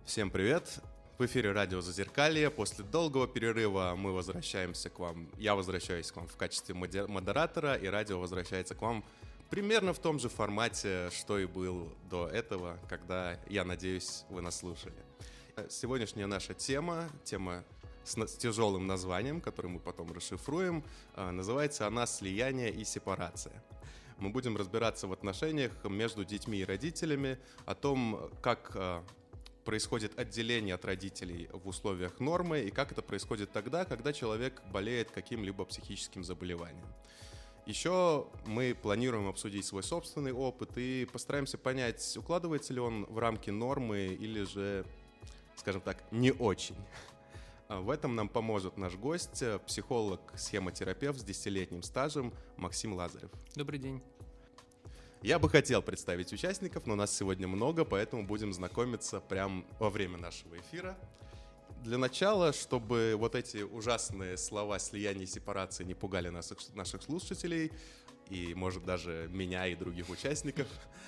Всем привет! В эфире радио «Зазеркалье». После долгого перерыва мы возвращаемся к вам. Я возвращаюсь к вам в качестве модератора, и радио возвращается к вам примерно в том же формате, что и был до этого, когда, я надеюсь, вы нас слушали. Сегодняшняя наша тема с тяжелым названием, который мы потом расшифруем, называется она «Слияние и сепарация». Мы будем разбираться в отношениях между детьми и родителями, о том, как происходит отделение от родителей в условиях нормы и как это происходит тогда, когда человек болеет каким-либо психическим заболеванием. Еще мы планируем обсудить свой собственный опыт и постараемся понять, укладывается ли он в рамки нормы или же, скажем так, не очень. В этом нам поможет наш гость, психолог-схемотерапевт с 10-летним стажем Максим Лазарев. Добрый день. Я бы хотел представить участников, но нас сегодня много, поэтому будем знакомиться прямо во время нашего эфира. Для начала, чтобы вот эти ужасные слова слияния и сепарации не пугали наших слушателей, и, может, даже меня и других участников,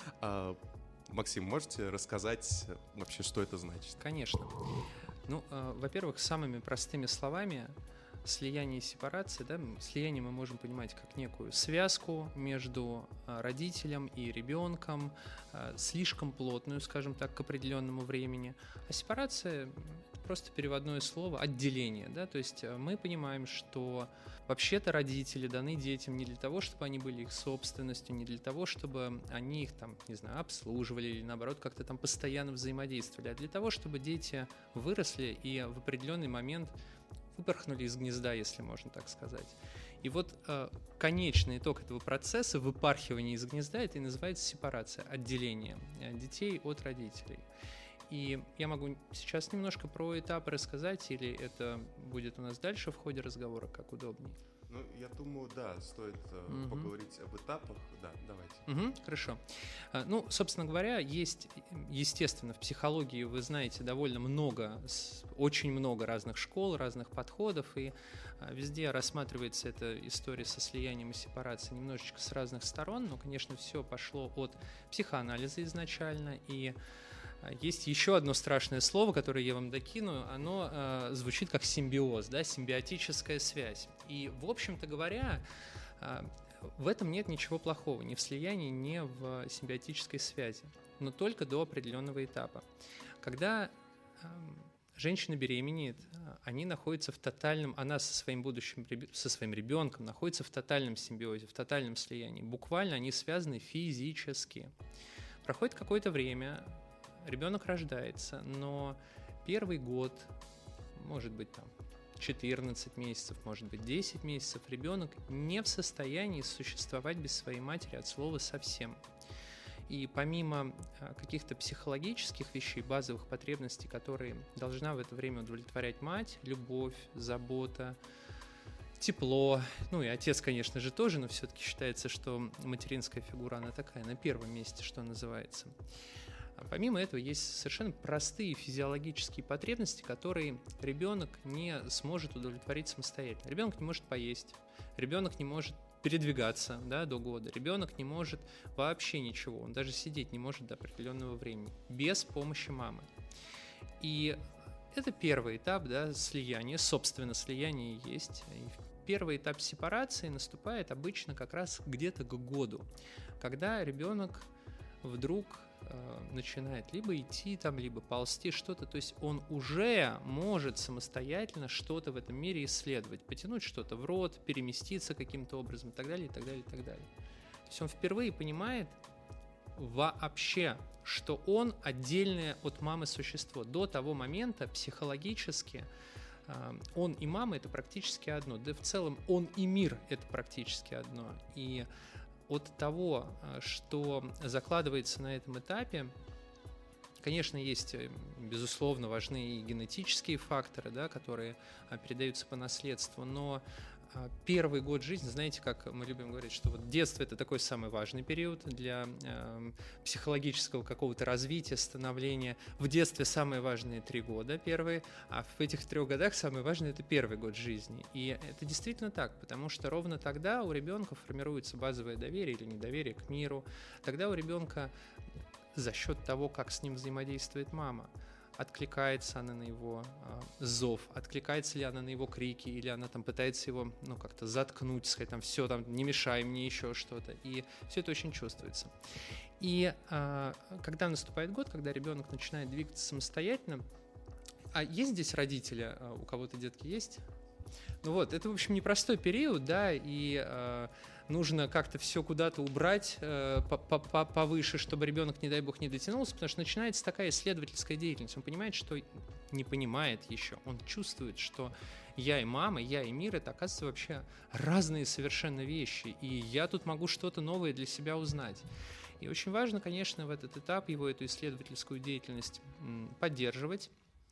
Максим, можете рассказать вообще, что это значит? Конечно. Во-первых, самыми простыми словами, слияние и сепарация, слияние мы можем понимать как некую связку между родителем и ребенком, слишком плотную, скажем так, к определенному времени, а сепарация — просто переводное слово «отделение», то есть мы понимаем, что вообще-то родители даны детям не для того, чтобы они были их собственностью, не для того, чтобы они их обслуживали или наоборот как-то там постоянно взаимодействовали, а для того, чтобы дети выросли и в определенный момент выпорхнули из гнезда, если можно так сказать. И вот конечный итог этого процесса, выпархивания из гнезда, это и называется сепарация, отделение детей от родителей. И я могу сейчас немножко про этапы рассказать, или это будет у нас дальше в ходе разговора, как удобнее? Я думаю, стоит поговорить об этапах. Да, давайте. Хорошо. Собственно говоря, есть, естественно, в психологии, вы знаете, довольно очень много разных школ, разных подходов, и везде рассматривается эта история со слиянием и сепарацией немножечко с разных сторон, но, конечно, все пошло от психоанализа изначально, и есть еще одно страшное слово, которое я вам докину, оно звучит как симбиоз, симбиотическая связь. И, в общем-то говоря, в этом нет ничего плохого, ни в слиянии, ни в симбиотической связи, но только до определенного этапа. Когда женщина беременеет, она со своим ребенком находится в тотальном симбиозе, в тотальном слиянии. Буквально они связаны физически. Проходит какое-то время, ребенок рождается, но первый год, может быть, 14 месяцев, может быть, 10 месяцев, ребенок не в состоянии существовать без своей матери от слова совсем. И помимо каких-то психологических вещей, базовых потребностей, которые должна в это время удовлетворять мать, любовь, забота, тепло, и отец, конечно же, тоже, но все-таки считается, что материнская фигура, она такая, на первом месте, что называется. Помимо этого есть совершенно простые физиологические потребности, которые ребенок не сможет удовлетворить самостоятельно. Ребенок не может поесть, ребенок не может передвигаться до года, ребенок не может вообще ничего, он даже сидеть не может до определенного времени, без помощи мамы. И это первый этап слияния, собственно, слияние есть. И первый этап сепарации наступает обычно как раз где-то к году, когда ребенок вдруг начинает либо идти, либо ползти, что-то, то есть он уже может самостоятельно что-то в этом мире исследовать, потянуть что-то в рот, переместиться каким-то образом и так далее, и так далее, и так далее. То есть он впервые понимает вообще, что он отдельное от мамы существо. До того момента психологически он и мама — это практически одно, да в целом он и мир — это практически одно. И от того, что закладывается на этом этапе, конечно, есть, безусловно, важны и генетические факторы, которые передаются по наследству, но первый год жизни, знаете, как мы любим говорить, что вот детство — это такой самый важный период для психологического какого-то развития, становления. В детстве самые важные 3 года первые, а в этих 3 годах самый важный — это первый год жизни. И это действительно так, потому что ровно тогда у ребенка формируется базовое доверие или недоверие к миру. Тогда у ребенка за счет того, как с ним взаимодействует мама, откликается она на его зов, откликается ли она на его крики, или она там пытается его, ну, как-то заткнуть, сказать, там, все, там, не мешай мне, еще что-то. И все это очень чувствуется. И когда наступает год, когда ребенок начинает двигаться самостоятельно, а есть здесь родители, у кого-то детки есть? Ну вот, это, в общем, непростой период, да, и нужно как-то все куда-то убрать повыше, чтобы ребенок, не дай бог, не дотянулся, потому что начинается такая исследовательская деятельность. Он понимает, что не понимает еще, он чувствует, что я и мама, я и мир — это, оказывается, вообще разные совершенно вещи, и я тут могу что-то новое для себя узнать. И очень важно, конечно, в этот этап его эту исследовательскую деятельность поддерживать.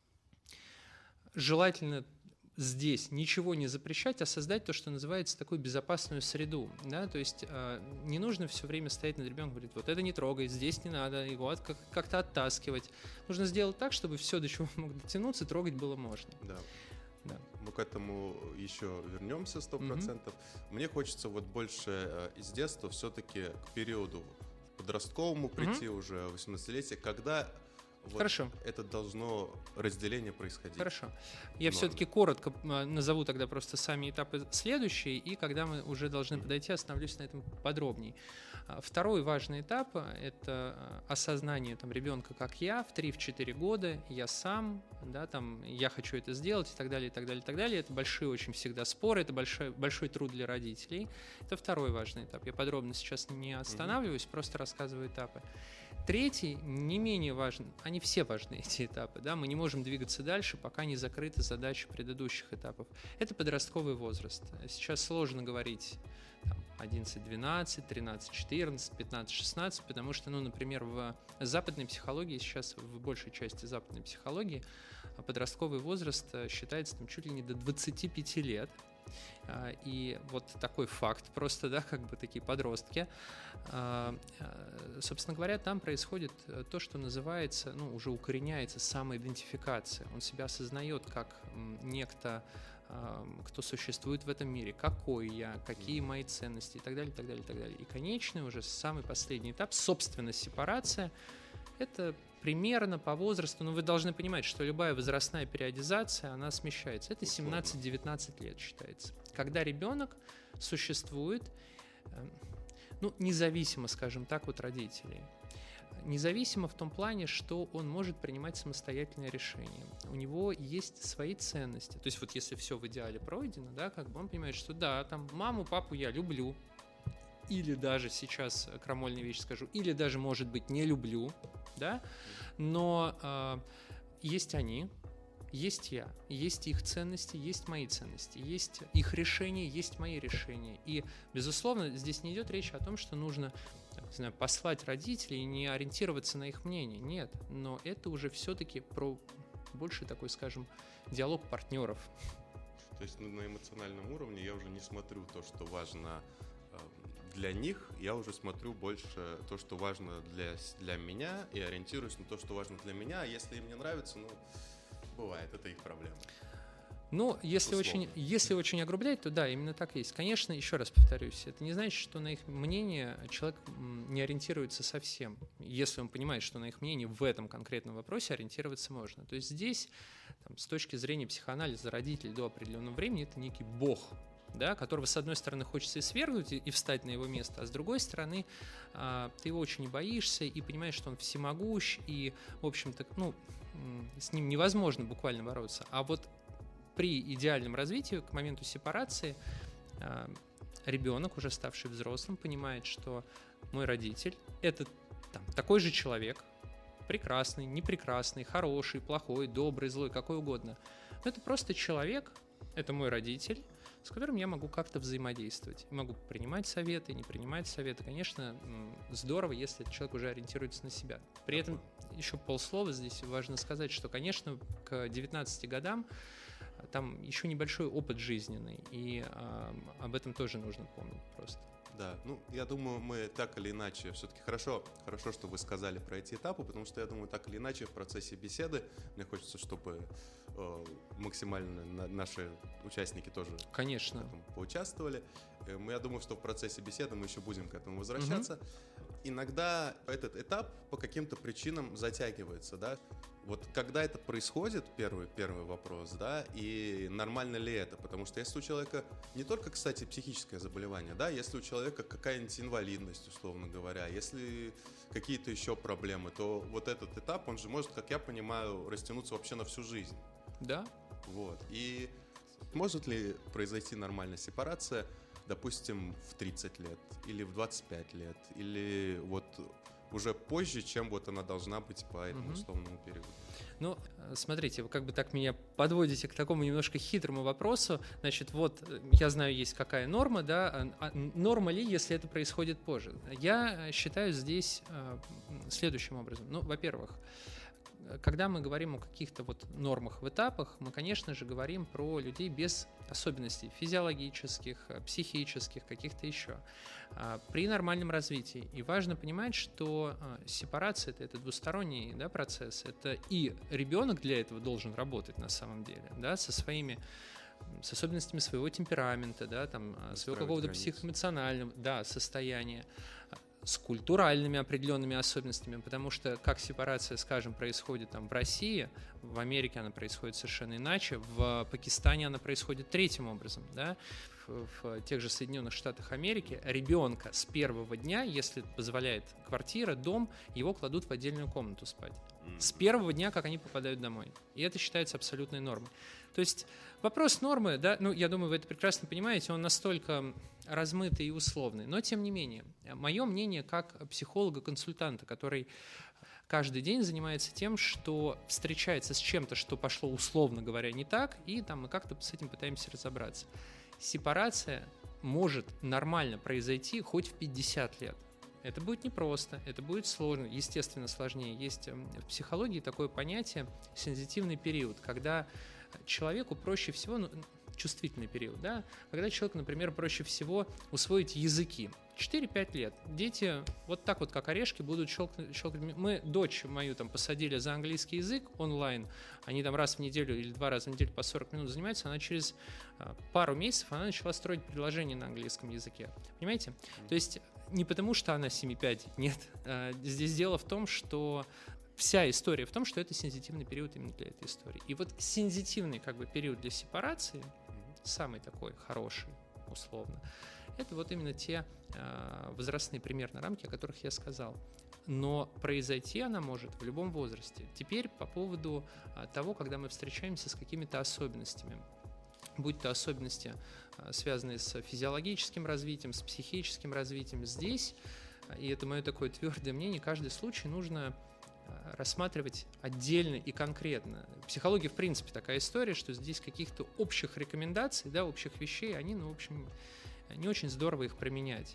Желательно здесь ничего не запрещать, а создать то, что называется такую безопасную среду. Да? То есть не нужно все время стоять над ребенком и говорить, вот это не трогай, здесь не надо, его как-то оттаскивать. Нужно сделать так, чтобы все, до чего мог дотянуться, трогать было можно. Да. Да. Мы к этому еще вернемся 100%. Мне хочется вот больше из детства все-таки к периоду подростковому прийти, уже 18-летие, когда вот это должно разделение происходить. Хорошо. Я все-таки коротко назову тогда просто сами этапы следующие, и когда мы уже должны подойти, остановлюсь на этом подробнее. Второй важный этап – это осознание там, ребенка как я в 3-4 года, я сам, да, там, я хочу это сделать и так далее, и так далее, и так далее. Это большие очень всегда споры, это большой труд для родителей. Это второй важный этап. Я подробно сейчас не останавливаюсь, просто рассказываю этапы. Третий, не менее важен, они все важны, эти этапы, да, мы не можем двигаться дальше, пока не закрыты задачи предыдущих этапов. Это подростковый возраст. Сейчас сложно говорить 11-12, 13-14, 15-16, потому что, ну, например, в западной психологии, сейчас в большей части западной психологии, подростковый возраст считается там чуть ли не до 25 лет. И вот такой факт просто, да, как бы такие подростки. Собственно говоря, там происходит то, что называется, ну, уже укореняется самоидентификация. Он себя осознает как некто, кто существует в этом мире, какой я, какие мои ценности и так далее, и так далее, и так далее. И конечный, уже самый последний этап, собственно, сепарация. Это примерно по возрасту, но вы должны понимать, что любая возрастная периодизация, она смещается. Это 17-19 лет считается. Когда ребенок существует, ну, независимо, скажем так, от родителей. Независимо в том плане, что он может принимать самостоятельные решения. У него есть свои ценности. То есть вот если все в идеале пройдено, да, как бы он понимает, что да, там маму, папу я люблю, или даже сейчас крамольную вещь скажу, или даже, может быть, не люблю, да, но есть они, есть я, есть их ценности, есть мои ценности, есть их решения, есть мои решения. И, безусловно, здесь не идет речь о том, что нужно, не знаю, послать родителей и не ориентироваться на их мнение. Нет, но это уже все-таки про больше такой, скажем, диалог партнеров. То есть на эмоциональном уровне я уже не смотрю то, что важно для них, я уже смотрю больше то, что важно для меня, и ориентируюсь на то, что важно для меня. А если им не нравится, ну, бывает, это их проблема. Ну, если очень огрублять, то да, именно так и есть. Конечно, еще раз повторюсь, это не значит, что на их мнение человек не ориентируется совсем, если он понимает, что на их мнение в этом конкретном вопросе ориентироваться можно. То есть здесь, там, с точки зрения психоанализа, родитель до определенного времени – это некий бог, да, которого, с одной стороны, хочется и свергнуть, и встать на его место, а с другой стороны, ты его очень не боишься и понимаешь, что он всемогущ, и, в общем-то, ну, с ним невозможно буквально бороться. А вот при идеальном развитии, к моменту сепарации, ребенок, уже ставший взрослым, понимает, что мой родитель – это там, такой же человек, прекрасный, непрекрасный, хороший, плохой, добрый, злой, какой угодно. Но это просто человек, это мой родитель, с которым я могу как-то взаимодействовать. Могу принимать советы, не принимать советы. Конечно, здорово, если человек уже ориентируется на себя. При этом еще полслова здесь важно сказать, что, конечно, к 19 годам там еще небольшой опыт жизненный, и об этом тоже нужно помнить просто. Да, ну, я думаю, мы так или иначе, все-таки хорошо, что вы сказали про эти этапы, потому что я думаю, так или иначе в процессе беседы мне хочется, чтобы максимально наши участники тоже конечно в этом поучаствовали. Я думаю, что в процессе беседы мы еще будем к этому возвращаться. иногда этот этап по каким-то причинам затягивается, да. Вот когда это происходит, первый вопрос, да, и нормально ли это? Потому что если у человека не только, кстати, психическое заболевание, да, если у человека какая-нибудь инвалидность, условно говоря, если какие-то еще проблемы, то вот этот этап, он же может, как я понимаю, растянуться вообще на всю жизнь. Да. Вот. И может ли произойти нормальная сепарация, допустим, в 30 лет или в 25 лет, или вот уже позже, чем вот она должна быть по этому условному периоду? Ну, смотрите, вы как бы так меня подводите к такому немножко хитрому вопросу. Значит, вот я знаю, есть какая норма, да, норма ли, если это происходит позже? Я считаю здесь следующим образом. Ну, во-первых, когда мы говорим о каких-то вот нормах в этапах, мы, конечно же, говорим про людей без особенностей физиологических, психических, каких-то еще. При нормальном развитии. И важно понимать, что сепарация – это двусторонний, да, процесс. Это и ребенок для этого должен работать на самом деле, да, с особенностями своего темперамента, да, там, своего какого-то психоэмоционального, да, состояния, с культуральными определенными особенностями, потому что как сепарация, скажем, происходит там в России, в Америке она происходит совершенно иначе, в Пакистане она происходит третьим образом, да? В тех же Соединенных Штатах Америки ребенка с первого дня, если позволяет квартира, дом, его кладут в отдельную комнату спать. С первого дня, как они попадают домой. И это считается абсолютной нормой. То есть вопрос нормы, да, ну, я думаю, вы это прекрасно понимаете, он настолько размытый и условный. Но, тем не менее, мое мнение как психолога-консультанта, который каждый день занимается тем, что встречается с чем-то, что пошло, условно говоря, не так, и там мы как-то с этим пытаемся разобраться. Сепарация может нормально произойти хоть в 50 лет. Это будет непросто, это будет сложно, естественно, сложнее. Есть в психологии такое понятие «сензитивный период», когда человеку проще всего, чувствительный период, да, когда человеку, например, проще всего усвоить языки. 4-5 лет. Дети вот так вот, как орешки, будут щелкать. Мы дочь мою там посадили за английский язык онлайн, они там раз в неделю или 2 раза в неделю по 40 минут занимаются, она через пару месяцев она начала строить предложения на английском языке. Понимаете? То есть не потому, что она 7-5, нет. Здесь дело в том, что вся история в том, что это сензитивный период именно для этой истории. И вот сензитивный как бы период для сепарации, самый такой хороший, условно, это вот именно те возрастные примерно рамки, о которых я сказал. Но произойти она может в любом возрасте. Теперь по поводу того, когда мы встречаемся с какими-то особенностями. Будь то особенности, связанные с физиологическим развитием, с психическим развитием. Здесь, и это мое такое твердое мнение, каждый случай нужно рассматривать отдельно и конкретно. Психология, в принципе, такая история, что здесь каких-то общих рекомендаций, да, общих вещей, они, в общем, не очень здорово их применять.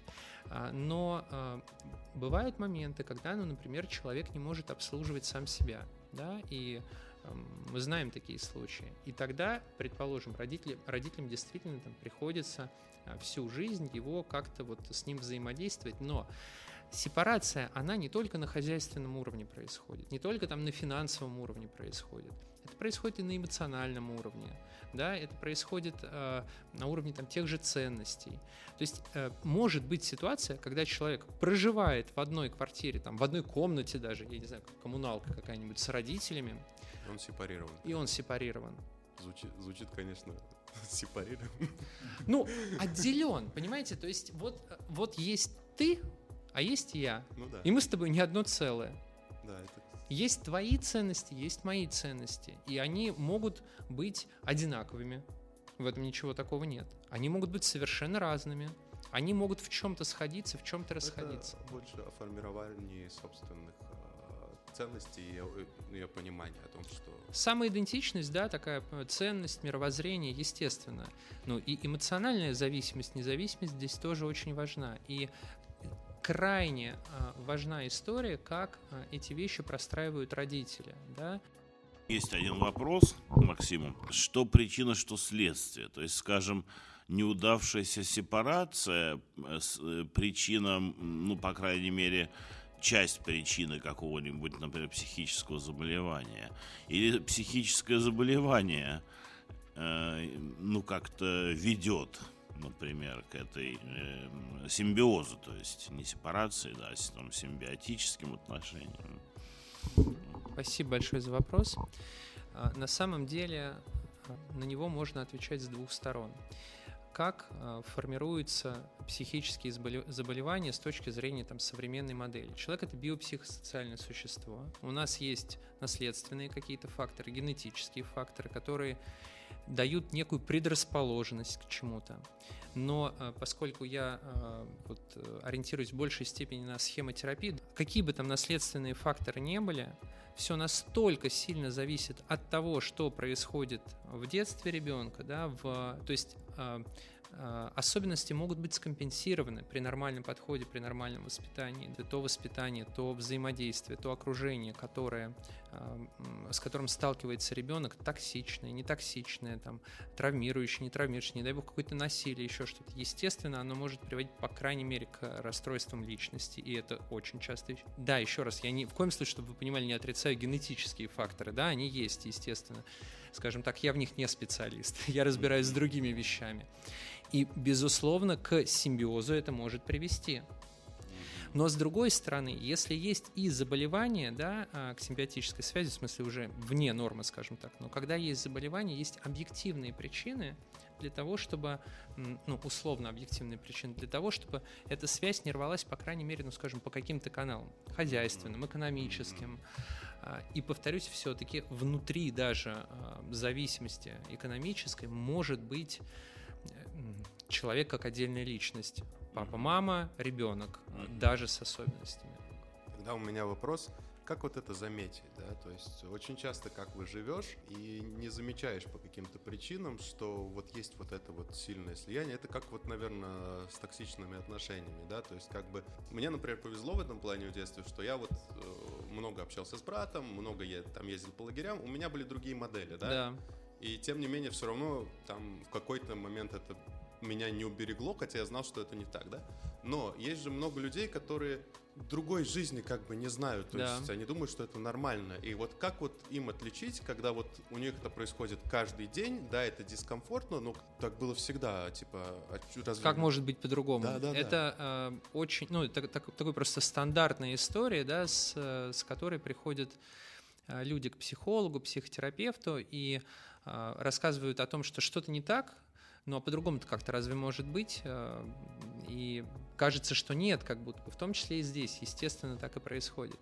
Но бывают моменты, когда, например, человек не может обслуживать сам себя, да, и мы знаем такие случаи. И тогда, предположим, родителям действительно там приходится всю жизнь его как-то вот с ним взаимодействовать, но сепарация, она не только на хозяйственном уровне происходит, не только там на финансовом уровне происходит. Это происходит и на эмоциональном уровне, да, это происходит на уровне там тех же ценностей. То есть может быть ситуация, когда человек проживает в одной квартире, там, в одной комнате даже, я не знаю, коммуналка какая-нибудь с родителями. И он сепарирован. Звучит, конечно, сепарирован. Ну, отделен, понимаете? То есть вот есть ты, а есть я. Ну, да. И мы с тобой не одно целое. Да, это... Есть твои ценности, есть мои ценности. И они могут быть одинаковыми. В этом ничего такого нет. Они могут быть совершенно разными. Они могут в чем-то сходиться, в чем-то расходиться. Это больше о формировании собственных ценностей и ее понимания о том, что... Самоидентичность, да, такая ценность, мировоззрение, естественно. Ну и эмоциональная зависимость, независимость здесь тоже очень важна. И крайне важна история, как эти вещи простраивают родители, да. Есть один вопрос, Максиму. Что причина, что следствие? То есть, скажем, неудавшаяся сепарация, причина, ну, по крайней мере, часть причины какого-нибудь, например, психического заболевания. Или психическое заболевание, ну, как-то ведет например, к этой симбиозу, то есть не сепарации, да, а там, симбиотическим отношениям? Спасибо большое за вопрос. На самом деле на него можно отвечать с двух сторон. Как формируются психические заболевания с точки зрения современной модели? Человек – это биопсихосоциальное существо. У нас есть наследственные какие-то факторы, генетические факторы, которые дают некую предрасположенность к чему-то. Но поскольку я ориентируюсь в большей степени на схемотерапию, какие бы там наследственные факторы не были, все настолько сильно зависит от того, что происходит в детстве ребенка, да, то есть особенности могут быть скомпенсированы при нормальном подходе, при нормальном воспитании. То воспитание, то взаимодействие, то окружение, с которым сталкивается ребенок, токсичное, нетоксичное, травмирующее, не травмирующее, не дай бог какое-то насилие, еще что-то. Естественно, оно может приводить, по крайней мере, к расстройствам личности, и это очень часто. Да, еще раз, я ни в коем случае, чтобы вы понимали, не отрицаю генетические факторы, да, они есть, естественно. Скажем так, я в них не специалист, я разбираюсь с другими вещами. И, безусловно, к симбиозу это может привести. Но, с другой стороны, если есть и заболевания, да, к симбиотической связи, в смысле уже вне нормы, скажем так, но когда есть заболевания, есть объективные причины для того, чтобы, условно объективные причины для того, чтобы эта связь не рвалась, по крайней мере, скажем, по каким-то каналам, хозяйственным, экономическим. И, повторюсь, все-таки внутри даже зависимости экономической может быть человек как отдельная личность. Папа, мама, ребенок, даже с особенностями. Тогда у меня вопрос, как вот это заметить, да? То есть очень часто как вы живешь и не замечаешь по каким-то причинам, что вот есть вот это вот сильное слияние. Это как вот, наверное, с токсичными отношениями, да? То есть как бы мне, например, повезло в этом плане в детстве, что я вот много общался с братом, много я там ездил по лагерям, у меня были другие модели, да? Да. И тем не менее все равно там в какой-то момент это меня не уберегло, хотя я знал, что это не так, да? Но есть же много людей, которые другой жизни как бы не знают, то есть они думают, что это нормально. И вот как вот им отличить, когда вот у них это происходит каждый день, да, это дискомфортно, но так было всегда, типа... Разве... Как может быть по-другому? Да. Это очень, такой просто стандартная история, да, с которой приходят люди к психологу, психотерапевту и рассказывают о том, что что-то не так, ну а по-другому-то как-то разве может быть? И кажется, что нет, как будто бы. В том числе и здесь, естественно, так и происходит.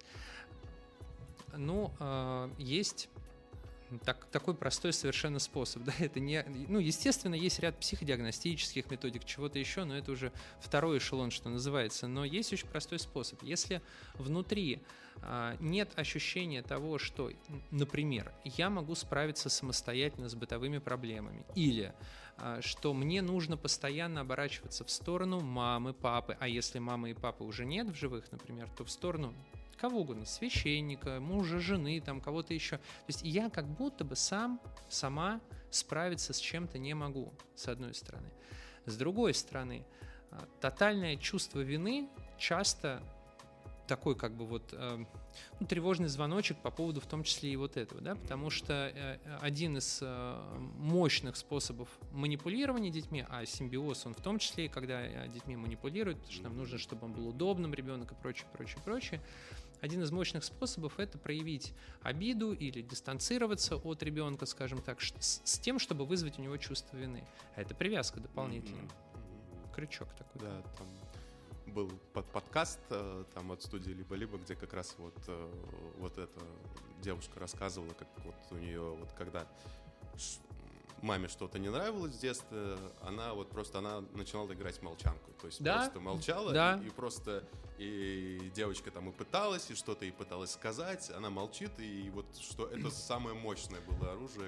Есть такой простой совершенно способ. Да? Это не, естественно, есть ряд психодиагностических методик, чего-то еще, но это уже второй эшелон, что называется. Но есть очень простой способ. Если внутри нет ощущения того, что, например, я могу справиться самостоятельно с бытовыми проблемами, или что мне нужно постоянно оборачиваться в сторону мамы, папы, а если мамы и папы уже нет в живых, например, то в сторону кого угодно, священника, мужа, жены, кого-то еще. То есть я как будто бы сама справиться с чем-то не могу, с одной стороны. С другой стороны, тотальное чувство вины часто такой тревожный звоночек по поводу в том числе и вот этого, да, потому что один из мощных способов манипулирования детьми, а симбиоз он в том числе, когда детьми манипулируют, потому что нам нужно, чтобы он был удобным ребенок и прочее. Один из мощных способов – это проявить обиду или дистанцироваться от ребенка, скажем так, с тем, чтобы вызвать у него чувство вины. А это привязка дополнительная. Крючок такой. Да, там был подкаст там от студии «Либо-либо», где как раз вот эта девушка рассказывала, как вот у нее, вот когда маме что-то не нравилось в детстве, она начинала играть в молчанку. То есть просто молчала, и девочка там и пыталась, и что-то ей пыталась сказать, она молчит, и вот что это самое мощное было оружие,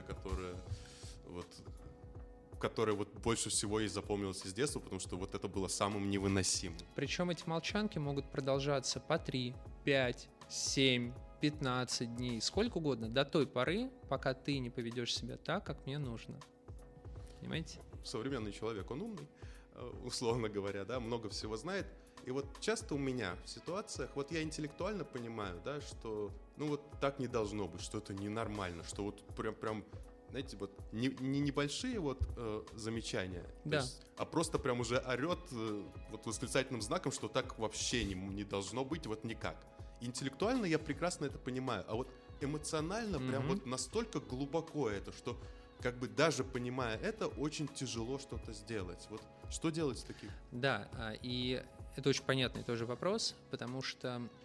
которое больше всего ей запомнилось из детства, потому что вот это было самым невыносимым. Причем эти молчанки могут продолжаться по 3, 5, 7, 15 дней, сколько угодно, до той поры, пока ты не поведешь себя так, как мне нужно. Понимаете? Современный человек, он умный, условно говоря, да, много всего знает. И вот часто у меня в ситуациях, вот я интеллектуально понимаю, да, что, так не должно быть, что это ненормально, что вот прям знаете, вот не небольшие вот замечания, Да. есть, а просто прям уже орет вот восклицательным знаком, что так вообще не должно быть, вот никак. Интеллектуально я прекрасно это понимаю, а вот эмоционально прям вот настолько глубоко это, что как бы даже понимая это, очень тяжело что-то сделать. Вот что делать с таким? Да, и это очень понятный тоже вопрос, потому что, ну,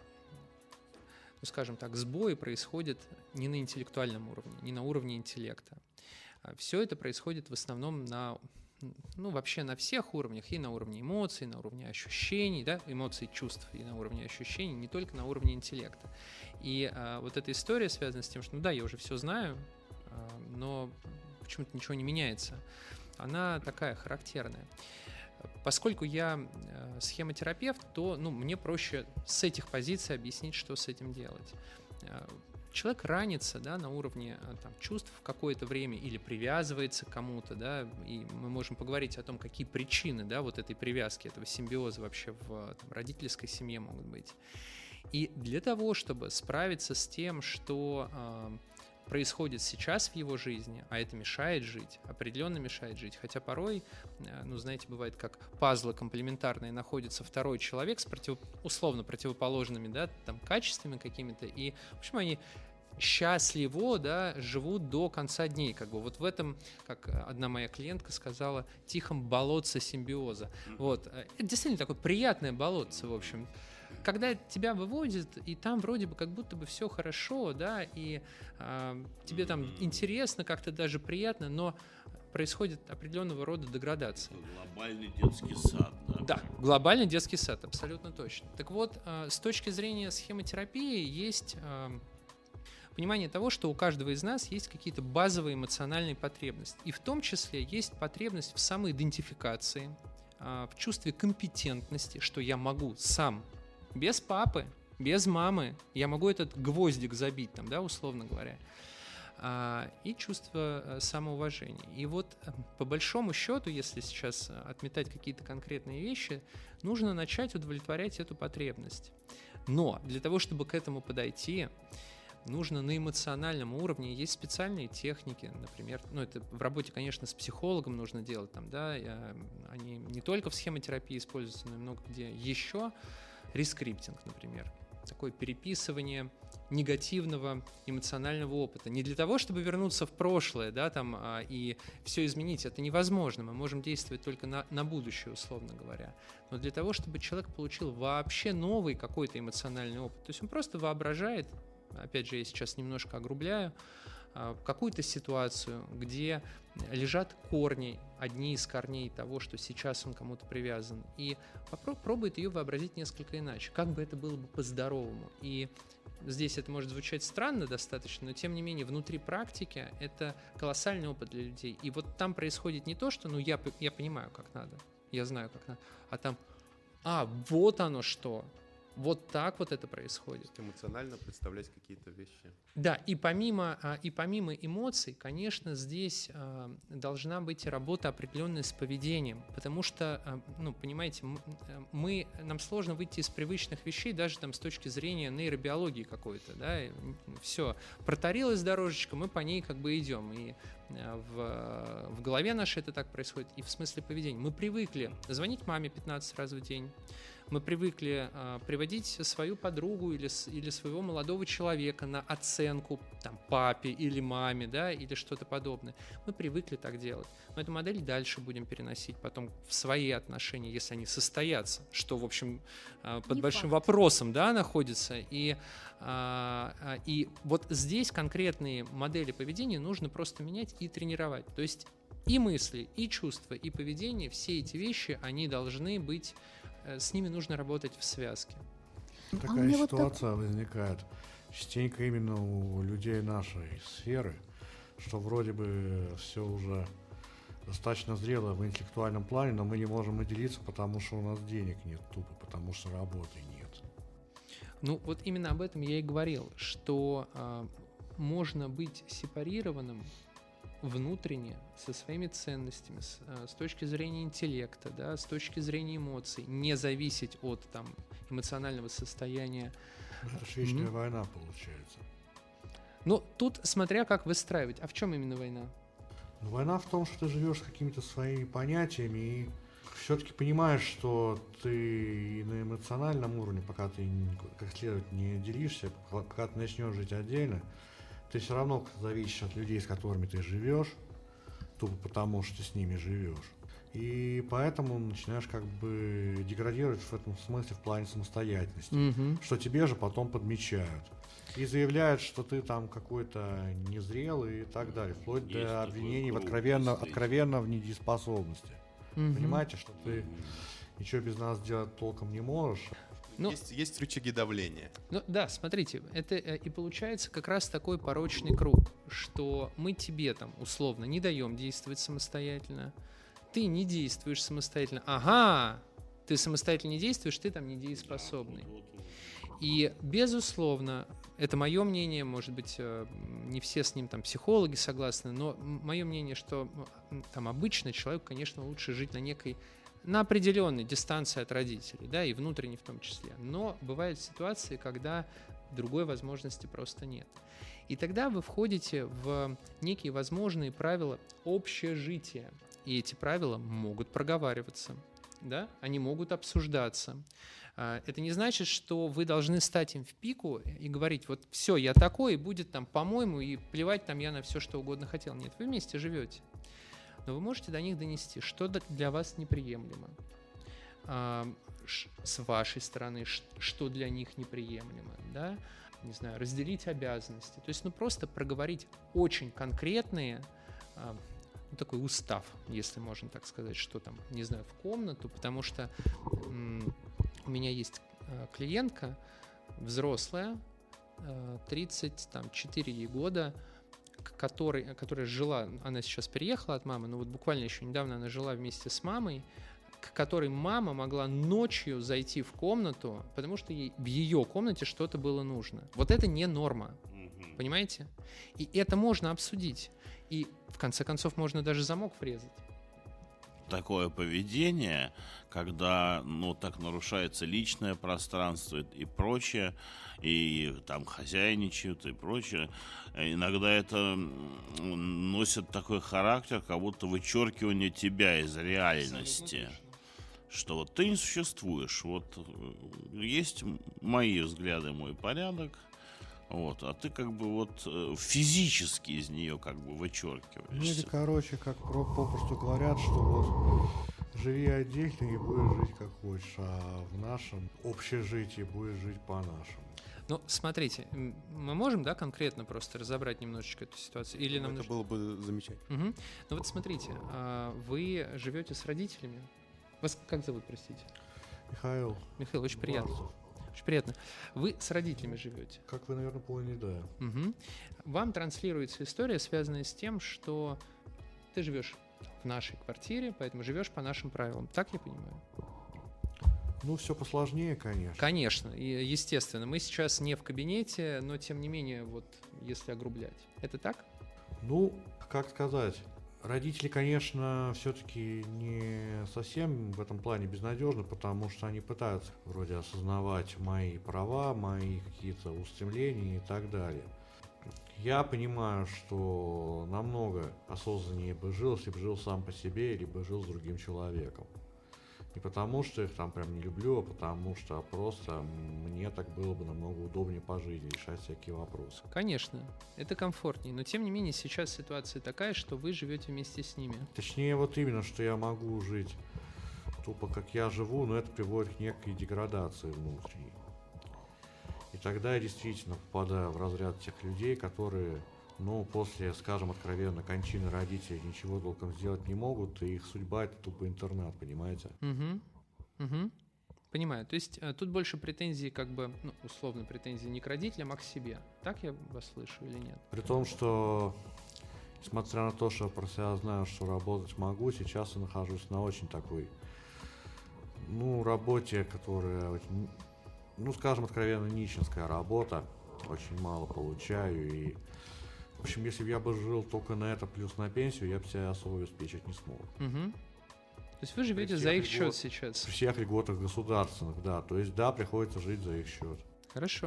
скажем так, сбои происходят не на интеллектуальном уровне, не на уровне интеллекта. Все это происходит в основном вообще на всех уровнях, и на уровне эмоций, на уровне ощущений, да, эмоций, чувств, и на уровне ощущений, не только на уровне интеллекта. И вот эта история связана с тем, что, я уже все знаю, но почему-то ничего не меняется. Она такая характерная. Поскольку я схемотерапевт, то мне проще с этих позиций объяснить, что с этим делать. Человек ранится, да, на уровне чувств в какое-то время или привязывается к кому-то, да, и мы можем поговорить о том, какие причины, да, вот этой привязки, этого симбиоза вообще в родительской семье могут быть. И для того, чтобы справиться с тем, что происходит сейчас в его жизни, а это мешает жить, определенно мешает жить, хотя порой, знаете, бывает, как пазлы комплементарные, находится второй человек с условно противоположными, да, качествами какими-то, и, в общем, они счастливо, да, живут до конца дней, вот в этом, как одна моя клиентка сказала, тихом болотце симбиоза. Вот, это действительно такое приятное болотце, в общем. Когда тебя выводят, и там вроде бы как будто бы все хорошо, да, и тебе там интересно, как-то даже приятно, но происходит определенного рода деградация. Глобальный детский сад, да? Да, глобальный детский сад, абсолютно точно. Так вот, с точки зрения схемотерапии есть понимание того, что у каждого из нас есть какие-то базовые эмоциональные потребности. И в том числе есть потребность в самоидентификации, в чувстве компетентности, что я могу сам, без папы, без мамы, я могу этот гвоздик забить, условно говоря, и чувство самоуважения. И вот по большому счету, если сейчас отметать какие-то конкретные вещи, нужно начать удовлетворять эту потребность. Но для того, чтобы к этому подойти, нужно на эмоциональном уровне, есть специальные техники, например, это в работе, конечно, с психологом нужно делать, они не только в схемотерапии используются, но и много где еще. Рескриптинг, например, такое переписывание негативного эмоционального опыта. Не для того, чтобы вернуться в прошлое, да, и все изменить, это невозможно, мы можем действовать только на будущее, условно говоря, но для того, чтобы человек получил вообще новый какой-то эмоциональный опыт, то есть он просто воображает, опять же, я сейчас немножко огрубляю, какую-то ситуацию, где лежат корни, одни из корней того, что сейчас он кому-то привязан, и пробует ее вообразить несколько иначе, как бы это было бы по-здоровому. И здесь это может звучать странно достаточно, но тем не менее внутри практики это колоссальный опыт для людей. И вот там происходит не то, что я понимаю, как надо, я знаю, как надо, а там, вот оно что. Вот так вот это происходит. Эмоционально представлять какие-то вещи. Да, и помимо эмоций, конечно, здесь должна быть и работа определенная с поведением, потому что, понимаете, нам сложно выйти из привычных вещей даже с точки зрения нейробиологии какой-то, да, все, протарилась дорожечка, мы по ней как бы идем, и в голове нашей это так происходит, и в смысле поведения. Мы привыкли звонить маме 15 раз в день, мы привыкли приводить свою подругу или своего молодого человека на оценку папе или маме, да, или что-то подобное. Мы привыкли так делать. Мы эту модель дальше будем переносить потом в свои отношения, если они состоятся, что, в общем, под большим вопросом, да, находится. И вот здесь конкретные модели поведения нужно просто менять и тренировать. То есть и мысли, и чувства, и поведение, все эти вещи, они должны быть, с ними нужно работать в связке. Такая ситуация возникает частенько именно у людей нашей сферы, что вроде бы все уже достаточно зрело в интеллектуальном плане, но мы не можем делиться, потому что у нас денег нет тупо, потому что работы нет. Вот именно об этом я и говорил, что можно быть сепарированным внутренне, со своими ценностями, с точки зрения интеллекта, да, с точки зрения эмоций, не зависеть от эмоционального состояния. Это ж вечная война получается. Но тут смотря как выстраивать. А в чем именно война? Но война в том, что ты живешь с какими-то своими понятиями и все-таки понимаешь, что ты на эмоциональном уровне, пока ты как следует не делишься, пока ты начнешь жить отдельно, ты все равно зависишь от людей, с которыми ты живешь, тупо потому, что ты с ними живешь. И поэтому начинаешь как бы деградировать в этом смысле в плане самостоятельности, что тебе же потом подмечают. И заявляют, что ты там какой-то незрелый и так далее, вплоть до обвинений в откровенно в недееспособности. Понимаете, что ты ничего без нас делать толком не можешь. Есть рычаги давления. Ну да, смотрите, это и получается как раз такой порочный круг, что мы тебе там условно не даем действовать самостоятельно, ты не действуешь самостоятельно. Ага, ты самостоятельно не действуешь, ты там недееспособный. И, безусловно, это мое мнение, может быть, не все с ним там психологи согласны, но мое мнение, что там обычно человеку, конечно, лучше жить на определенной дистанции от родителей, да, и внутренне в том числе. Но бывают ситуации, когда другой возможности просто нет. И тогда вы входите в некие возможные правила общежития. И эти правила могут проговариваться, да, они могут обсуждаться. Это не значит, что вы должны стать им в пику и говорить, вот все, я такой, и будет там по-моему, и плевать там я на все, что угодно хотел. Нет, вы вместе живете. Но вы можете до них донести, что для вас неприемлемо. С вашей стороны, что для них неприемлемо, да? Не знаю, разделить обязанности. То есть, просто проговорить очень конкретные, такой устав, если можно так сказать, что там, не знаю, в комнату, потому что у меня есть клиентка, взрослая, 34 ей года, которая жила, она сейчас переехала от мамы, но вот буквально еще недавно она жила вместе с мамой, к которой мама могла ночью зайти в комнату, потому что ей в ее комнате что-то было нужно. Вот это не норма, понимаете? И это можно обсудить. И в конце концов можно даже замок врезать. Такое поведение, когда, так нарушается личное пространство и прочее, и там хозяйничают и прочее, иногда это носит такой характер, как будто вычеркивание тебя из реальности. Что вот ты не существуешь, вот есть мои взгляды, мой порядок, а ты как бы вот физически из нее как бы вычеркиваешься. Или, как попросту говорят, что вот живи отдельно и будешь жить как хочешь, а в нашем общежитии будешь жить по-нашему. Смотрите, мы можем, да, конкретно просто разобрать немножечко эту ситуацию? Или нам было бы замечательно. Вот смотрите, вы живете с родителями. Вас как зовут, простите? Михаил. Михаил, очень приятно. Очень приятно. Вы с родителями живете? Как вы, наверное, поняли, да. Вам транслируется история, связанная с тем, что ты живешь в нашей квартире, поэтому живешь по нашим правилам. Так я понимаю? Все посложнее, конечно. Конечно, и естественно. Мы сейчас не в кабинете, но тем не менее, вот если огрублять. Это так? Как сказать... Родители, конечно, все-таки не совсем в этом плане безнадежны, потому что они пытаются вроде осознавать мои права, мои какие-то устремления и так далее. Я понимаю, что намного осознаннее бы жил, если бы жил сам по себе, либо жил с другим человеком. Не потому, что их там прям не люблю, а потому что просто мне так было бы намного удобнее по жизни решать всякие вопросы. Конечно, это комфортнее, но тем не менее сейчас ситуация такая, что вы живете вместе с ними. Точнее, вот именно, что я могу жить тупо как я живу, но это приводит к некой деградации внутренней. И тогда я действительно попадаю в разряд тех людей, которые... после, скажем, откровенно, кончины родителей ничего толком сделать не могут, и их судьба — это тупо интернат, понимаете? Понимаю. То есть тут больше претензий, условно, претензии не к родителям, а к себе. Так я вас слышу или нет? При том, что, несмотря на то, что я про себя знаю, что работать могу, сейчас я нахожусь на очень такой, работе, которая, скажем, откровенно, нищенская работа. Очень мало получаю, и в общем, если бы я бы жил только на это плюс на пенсию, я бы себя особо обеспечить не смог. То есть вы живете за их счет сейчас? При всех льготах государственных, да. То есть, да, приходится жить за их счет. Хорошо.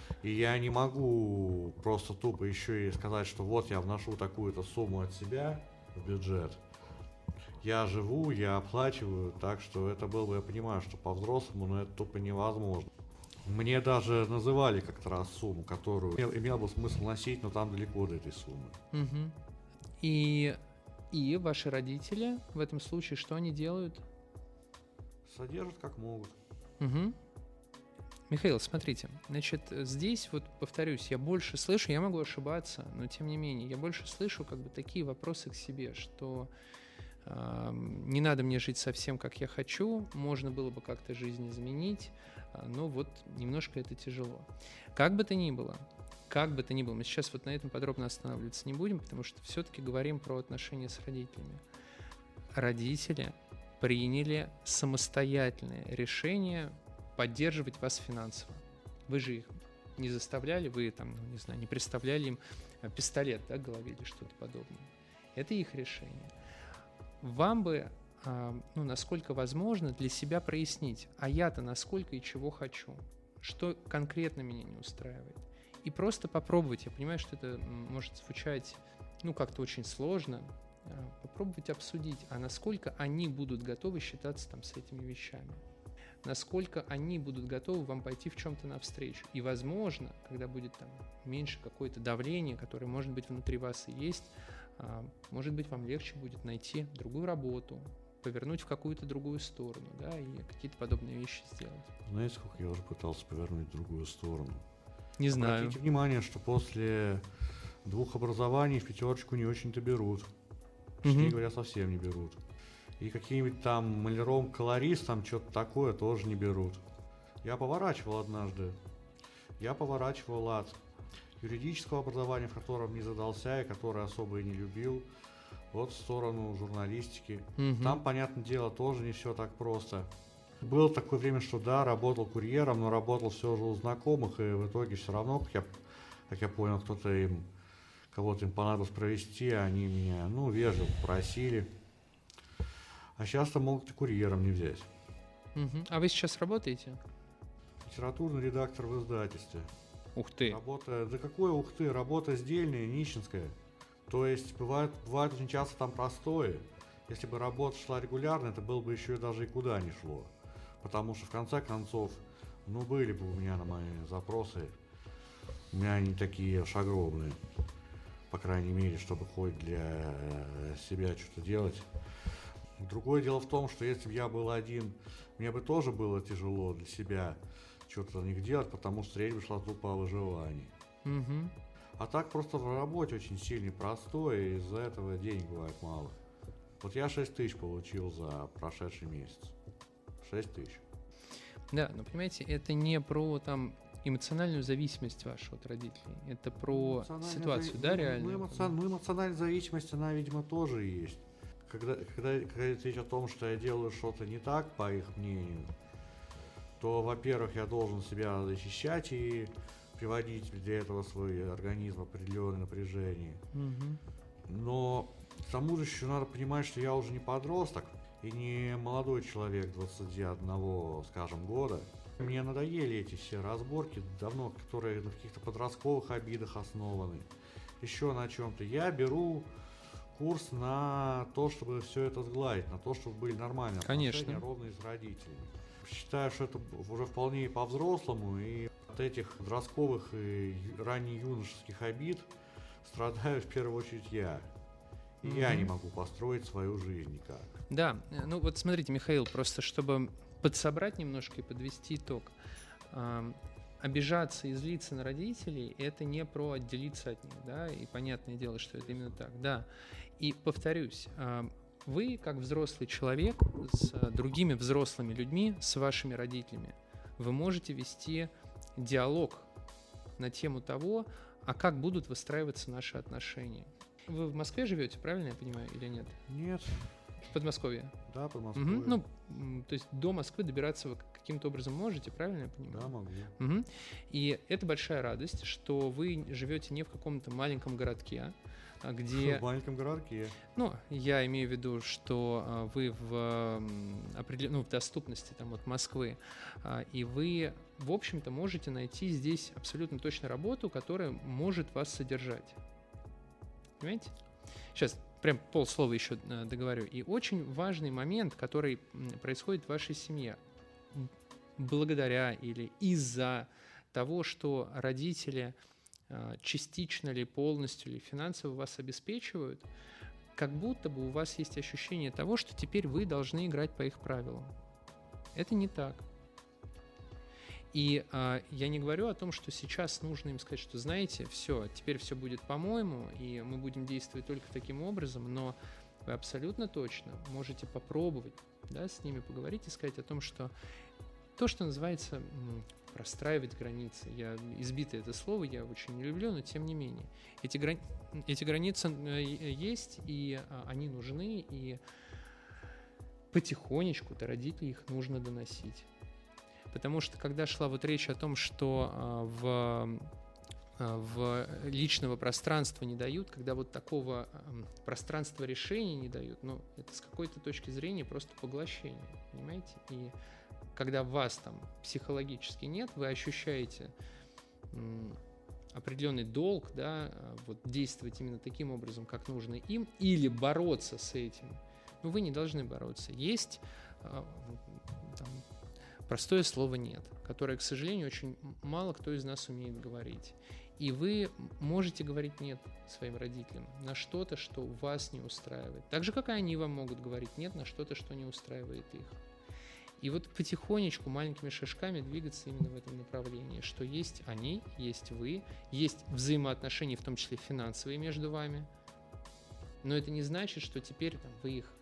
И я не могу просто тупо еще и сказать, что вот я вношу такую-то сумму от себя в бюджет. Я живу, я оплачиваю, так что это было бы, я понимаю, что по-взрослому, но это тупо невозможно. Мне даже называли как-то раз сумму, которую имел бы смысл носить, но там далеко до этой суммы. Угу. И ваши родители в этом случае что они делают? Содержат как могут. Угу. Михаил, смотрите, значит, здесь вот повторюсь, я больше слышу, я могу ошибаться, но тем не менее, я больше слышу как бы такие вопросы к себе, что не надо мне жить совсем как я хочу, можно было бы как-то жизнь изменить, но вот немножко это тяжело. Как бы то ни было, мы сейчас вот на этом подробно останавливаться не будем, потому что все-таки говорим про отношения с родителями. Родители приняли самостоятельное решение поддерживать вас финансово. Вы же их не заставляли, вы там, не знаю, не представляли им пистолет, да, к голове или что-то подобное. Это их решение. Вам бы, насколько возможно, для себя прояснить, а я-то насколько и чего хочу, что конкретно меня не устраивает. И просто попробовать, я понимаю, что это может звучать, как-то очень сложно, попробовать обсудить, а насколько они будут готовы считаться там с этими вещами. Насколько они будут готовы вам пойти в чем-то навстречу. И, возможно, когда будет там меньше какое-то давление, которое, может быть, внутри вас и есть, может быть, вам легче будет найти другую работу, повернуть в какую-то другую сторону, да, и какие-то подобные вещи сделать. Знаете, сколько я уже пытался повернуть в другую сторону? Не знаю. Обратите внимание, что после 2 образований в 5 не очень-то берут. Точнее говоря, совсем не берут. И какие-нибудь там маляром-колорист, там что-то такое тоже не берут. Я поворачивал однажды. От юридического образования, в котором не задался и которое особо и не любил, вот в сторону журналистики. Там, понятное дело, тоже не все так просто. Было такое время, что да, работал курьером, но работал все же у знакомых, и в итоге все равно, как я понял, кого-то им понадобилось провести, они меня, вежливо попросили. А сейчас-то могут и курьером не взять. А вы сейчас работаете? Литературный редактор в издательстве. Ух ты. Работа, да какой ух ты, работа сдельная, нищенская. То есть бывает очень часто там простое. Если бы работа шла регулярно, это было бы еще и даже и куда не шло. Потому что в конце концов, были бы у меня на мои запросы, у меня они такие уж огромные. По крайней мере, чтобы хоть для себя что-то делать. Другое дело в том, что если бы я был один, мне бы тоже было тяжело для себя что-то на них делать, потому что речь шла тупо о выживании. А так просто в работе очень сильно простой, и из-за этого денег бывает мало. Вот я 6 тысяч получил за прошедший месяц. 6 тысяч. Да, но понимаете, это не про там эмоциональную зависимость вашу от родителей. Это про ситуацию, да, реально? Эмоциональная зависимость, она, видимо, тоже есть. Когда речь о том, что я делаю что-то не так, по их мнению, то, во-первых, я должен себя защищать и приводить для этого свой организм в определенное напряжение. Но к тому же еще надо понимать, что я уже не подросток и не молодой человек 21, скажем, года. Мне надоели эти все разборки, давно, которые на каких-то подростковых обидах основаны, еще на чем-то. Я беру курс на то, чтобы все это сгладить, на то, чтобы были нормальные отношения, ровные с родителями. Считаю, что это уже вполне по-взрослому, и от этих подростковых и ранне-юношеских обид страдаю в первую очередь я. И я не могу построить свою жизнь никак. Да, вот смотрите, Михаил, просто чтобы подсобрать немножко и подвести итог. Обижаться и злиться на родителей – это не про отделиться от них, да, и понятное дело, что это именно так, да. И повторюсь, вы, как взрослый человек, с другими взрослыми людьми, с вашими родителями, вы можете вести диалог на тему того, а как будут выстраиваться наши отношения. Вы в Москве живете, правильно я понимаю, или нет? Нет. В Подмосковье? Да, Подмосковье. То есть до Москвы добираться вы каким-то образом можете, правильно я понимаю? Да, могу. И это большая радость, что вы живете не в каком-то маленьком городке, где... В маленьком городке. Я имею в виду, что вы в доступности там, от Москвы, и вы в общем-то, можете найти здесь абсолютно точно работу, которая может вас содержать. Понимаете? Сейчас прям полслова еще договорю. И очень важный момент, который происходит в вашей семье. Благодаря или из-за того, что родители частично или полностью или финансово вас обеспечивают, как будто бы у вас есть ощущение того, что теперь вы должны играть по их правилам. Это не так. И я не говорю о том, что сейчас нужно им сказать, что знаете, все, теперь все будет по-моему, и мы будем действовать только таким образом, но вы абсолютно точно можете попробовать, да, с ними поговорить и сказать о том, что то, что называется простраивать границы. Избитое это слово, я очень не люблю, но тем не менее. Эти границы есть, и они нужны, и потихонечку-то родителей их нужно доносить. Потому что когда шла вот речь о том, что в личного пространства не дают, когда вот такого пространства решения не дают, ну, это с какой-то точки зрения просто поглощение, понимаете? И когда вас там психологически нет, вы ощущаете определенный долг, да, вот действовать именно таким образом, как нужно им, или бороться с этим. Но вы не должны бороться. Есть там, простое слово «нет», которое, к сожалению, очень мало кто из нас умеет говорить. И вы можете говорить «нет» своим родителям на что-то, что вас не устраивает. Так же, как и они вам могут говорить «нет» на что-то, что не устраивает их. И вот потихонечку, маленькими шажками двигаться именно в этом направлении, что есть они, есть вы, есть взаимоотношения, в том числе финансовые между вами. Но это не значит, что теперь там, вы их,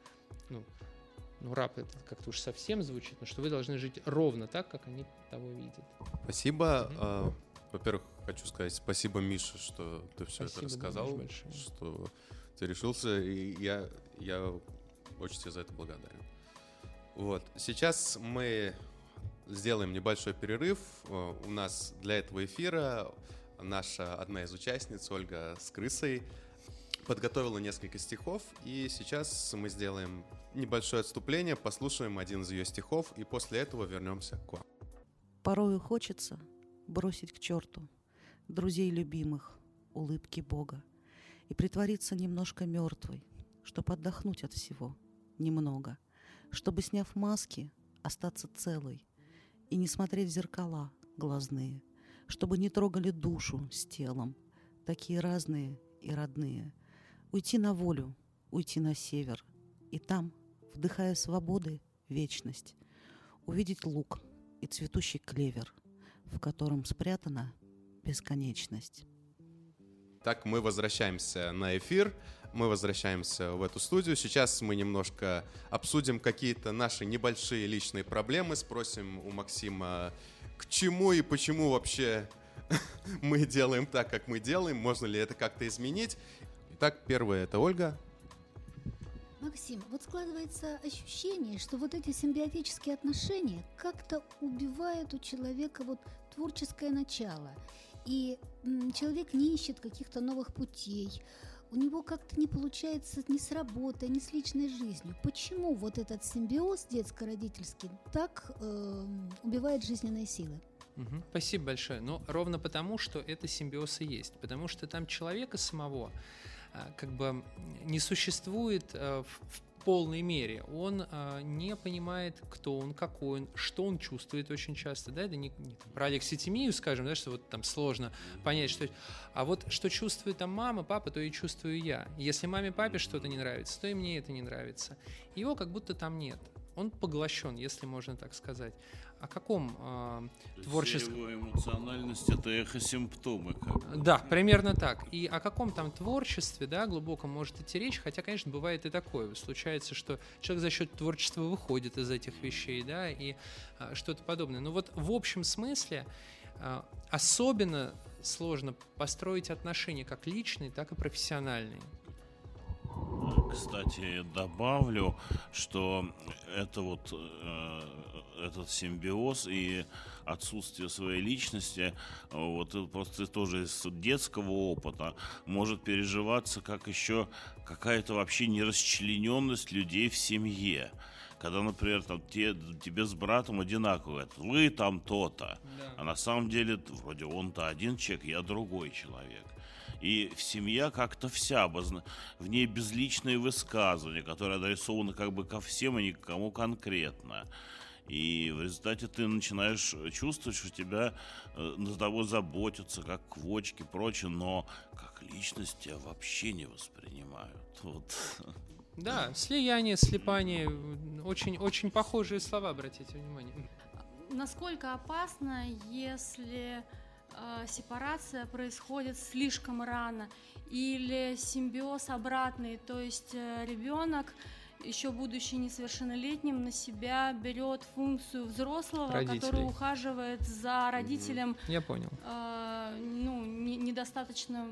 раб это как-то уж совсем звучит, но что вы должны жить ровно так, как они того видят. Спасибо. Во-первых, хочу сказать спасибо, Миша, что ты все это рассказал, что ты решился, и я очень тебе за это благодарен. Вот. Сейчас мы сделаем небольшой перерыв. У нас для этого эфира наша одна из участниц, Ольга с крысой, подготовила несколько стихов, и сейчас мы сделаем небольшое отступление, послушаем один из ее стихов, и после этого вернемся к вам. Порою хочется бросить к черту друзей любимых, улыбки Бога, и притвориться немножко мертвой, чтоб отдохнуть от всего немного, чтобы, сняв маски, остаться целой и не смотреть в зеркала глазные, чтобы не трогали душу с телом, такие разные и родные, уйти на волю, уйти на север, и там, вдыхая свободы, вечность, увидеть луг и цветущий клевер, в котором спрятана бесконечность. Так, мы возвращаемся на эфир, мы возвращаемся в эту студию. Сейчас мы немножко обсудим какие-то наши небольшие личные проблемы, спросим у Максима, к чему и почему вообще мы делаем так, как мы делаем, можно ли это как-то изменить. Итак, первое — это Ольга. Максим, вот складывается ощущение, что вот эти симбиотические отношения как-то убивают у человека вот творческое начало. И человек не ищет каких-то новых путей. У него как-то не получается ни с работой, ни с личной жизнью. Почему вот этот симбиоз детско-родительский так убивает жизненные силы? Спасибо большое. Но ровно потому, что это симбиоз и есть. Потому что там человека самого как бы не существует в полной мере. Он не понимает, кто он, какой он, что он чувствует очень часто. Да? Это не про алекситимию, скажем, да, что вот там сложно понять, что... А вот что чувствует там мама, папа, то и чувствую я. Если маме, папе что-то не нравится, то и мне это не нравится. Его как будто там нет. Он поглощен, если можно так сказать. О каком творческом... Его эмоциональность — это эхосимптомы. Да, примерно так. И о каком там творчестве, да, глубоком может идти речь, хотя, конечно, бывает и такое. Случается, что человек за счет творчества выходит из этих вещей, да, и что-то подобное. Но вот в общем смысле особенно сложно построить отношения как личные, так и профессиональные. Кстати, добавлю, что это вот этот симбиоз и отсутствие своей личности, вот просто тоже из детского опыта может переживаться как еще какая-то вообще нерасчлененность людей в семье. Когда, например, там, тебе с братом одинаково говорят, вы там то-то, Да. а на самом деле вроде он-то один человек, я другой человек. И семья как-то вся, в ней безличные высказывания, которые адресованы как бы ко всем и никому конкретно. И в результате ты начинаешь чувствовать, что тебя за тобой заботятся, как квочки и прочее, но как личность тебя вообще не воспринимают. Вот. Да, слияние, слипание, очень, очень похожие слова, обратите внимание. Насколько опасно, если сепарация происходит слишком рано или симбиоз обратный, то есть ребенок, еще будучи несовершеннолетним, на себя берет функцию взрослого, Родителей. который ухаживает за родителем. Я понял. Недостаточно.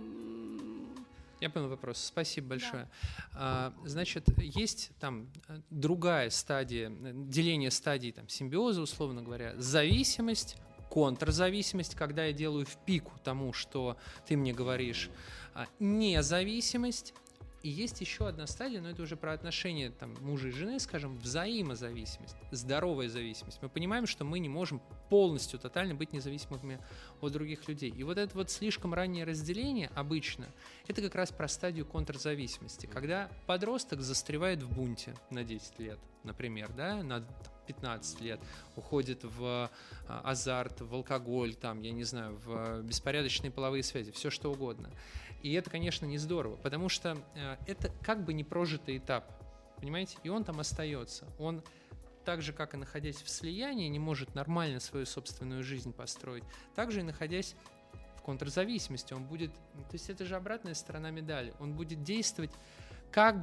Я понял вопрос. Спасибо большое. Значит, есть там другая стадия, деление стадий там, симбиоза, условно говоря, зависимость, контрзависимость, когда я делаю в пику тому, что ты мне говоришь, независимость. И есть еще одна стадия, но это уже про отношения там, мужа и жены, скажем, взаимозависимость, здоровая зависимость. Мы понимаем, что мы не можем полностью, тотально быть независимыми от других людей. И вот это вот слишком раннее разделение обычно, это как раз про стадию контрзависимости, когда подросток застревает в бунте на 10 лет, например, да, на 15 лет, уходит в азарт, в алкоголь, там, я не знаю, в беспорядочные половые связи, все что угодно. И это, конечно, не здорово, потому что это как бы не прожитый этап, понимаете? И он там остается. Он так же, как и находясь в слиянии, не может нормально свою собственную жизнь построить, так же и находясь в контрзависимости, он будет, то есть это же обратная сторона медали, он будет действовать как бы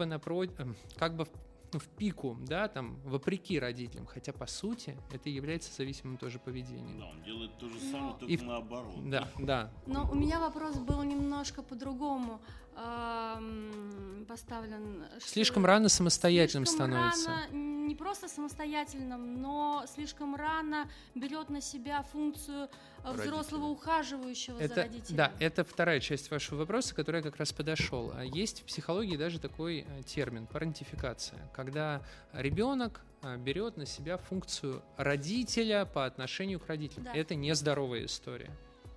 в пику, да, там, вопреки родителям, хотя по сути это является зависимым тоже поведением. Да, он делает то же самое, только наоборот. Да, да. Но у меня вопрос был немножко по-другому поставлен. Слишком рано самостоятельным становится. Слишком рано, не просто самостоятельным, но слишком рано берет на себя функцию взрослого ухаживающего за родителями. Да, это вторая часть вашего вопроса, к которой я как раз подошел. Есть в психологии даже такой термин – парентификация, когда ребенок берет на себя функцию родителя по отношению к родителям. Да. Это нездоровая история.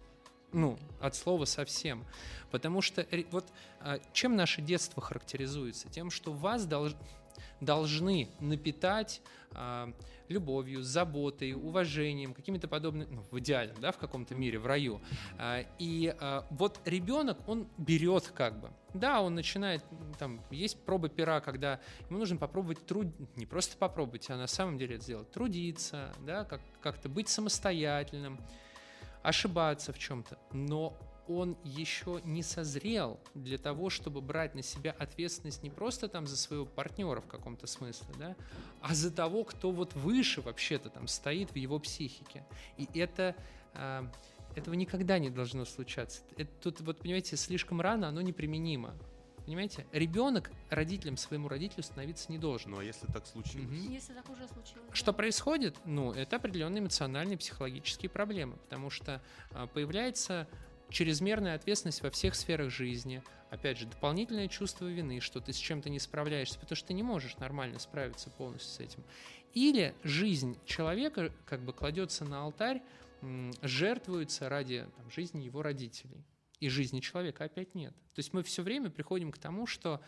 От слова совсем. Потому что вот чем наше детство характеризуется? Тем, что вас должны напитать любовью, заботой, уважением, какими-то подобными, в идеале, да, в каком-то мире, в раю. И вот ребенок, он берет как бы. Да, он начинает, там, есть проба пера, когда ему нужно попробовать не просто попробовать, а на самом деле это сделать, трудиться, да, как-то быть самостоятельным, ошибаться в чем-то, но он еще не созрел для того, чтобы брать на себя ответственность не просто там за своего партнера в каком-то смысле, да, а за того, кто вот выше вообще-то там стоит в его психике. И этого никогда не должно случаться. Тут, вот, понимаете, слишком рано оно неприменимо. Понимаете? Ребенок своему родителю становиться не должен. Ну а если так случилось? Если так уже случилось. Что происходит? Это определенные эмоциональные, психологические проблемы, потому что появляется чрезмерная ответственность во всех сферах жизни. Опять же, дополнительное чувство вины, что ты с чем-то не справляешься, потому что ты не можешь нормально справиться полностью с этим. Или жизнь человека как бы кладется на алтарь, жертвуется ради жизни его родителей. И жизни человека опять нет. То есть мы все время приходим к тому, что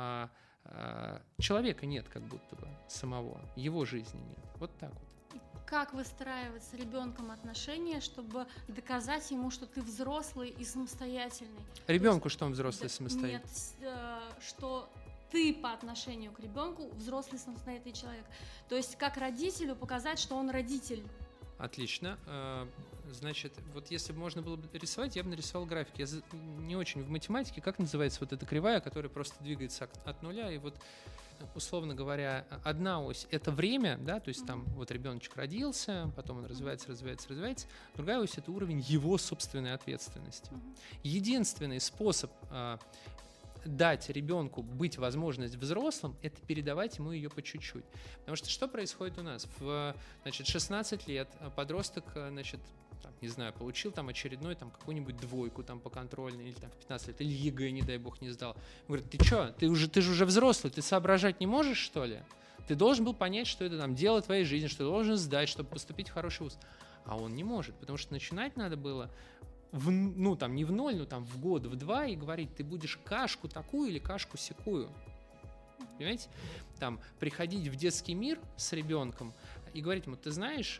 человека нет как будто бы самого, его жизни нет. Вот так вот. Как выстраивать с ребенком отношения, чтобы доказать ему, что ты взрослый и самостоятельный? Ребенку, что он взрослый и самостоятельный? Нет, что ты по отношению к ребенку взрослый самостоятельный человек. То есть как родителю показать, что он родитель. Отлично. Значит, вот если бы можно было бы рисовать, я бы нарисовал график. Я не очень в математике. Как называется вот эта кривая, которая просто двигается от нуля? И вот, условно говоря, одна ось – это время, да, то есть там вот ребеночек родился, потом он развивается. Другая ось – это уровень его собственной ответственности. Единственный способ дать ребенку быть возможность взрослым, это передавать ему ее по чуть-чуть. Потому что что происходит у нас? В 16 лет подросток, не знаю, получил там очередной какую-нибудь двойку там по контрольной, или там в 15 лет, или ЕГЭ, не дай бог, не сдал. Он говорит, ты что, ты же уже взрослый, ты соображать не можешь, что ли? Ты должен был понять, что это дело твоей жизни, что ты должен сдать, чтобы поступить в хороший вуз. А он не может, потому что начинать надо было не в 0, в год, в 2 и говорить, ты будешь кашку такую или кашку сякую. Понимаете? Приходить в детский мир с ребенком и говорить ему, ты знаешь,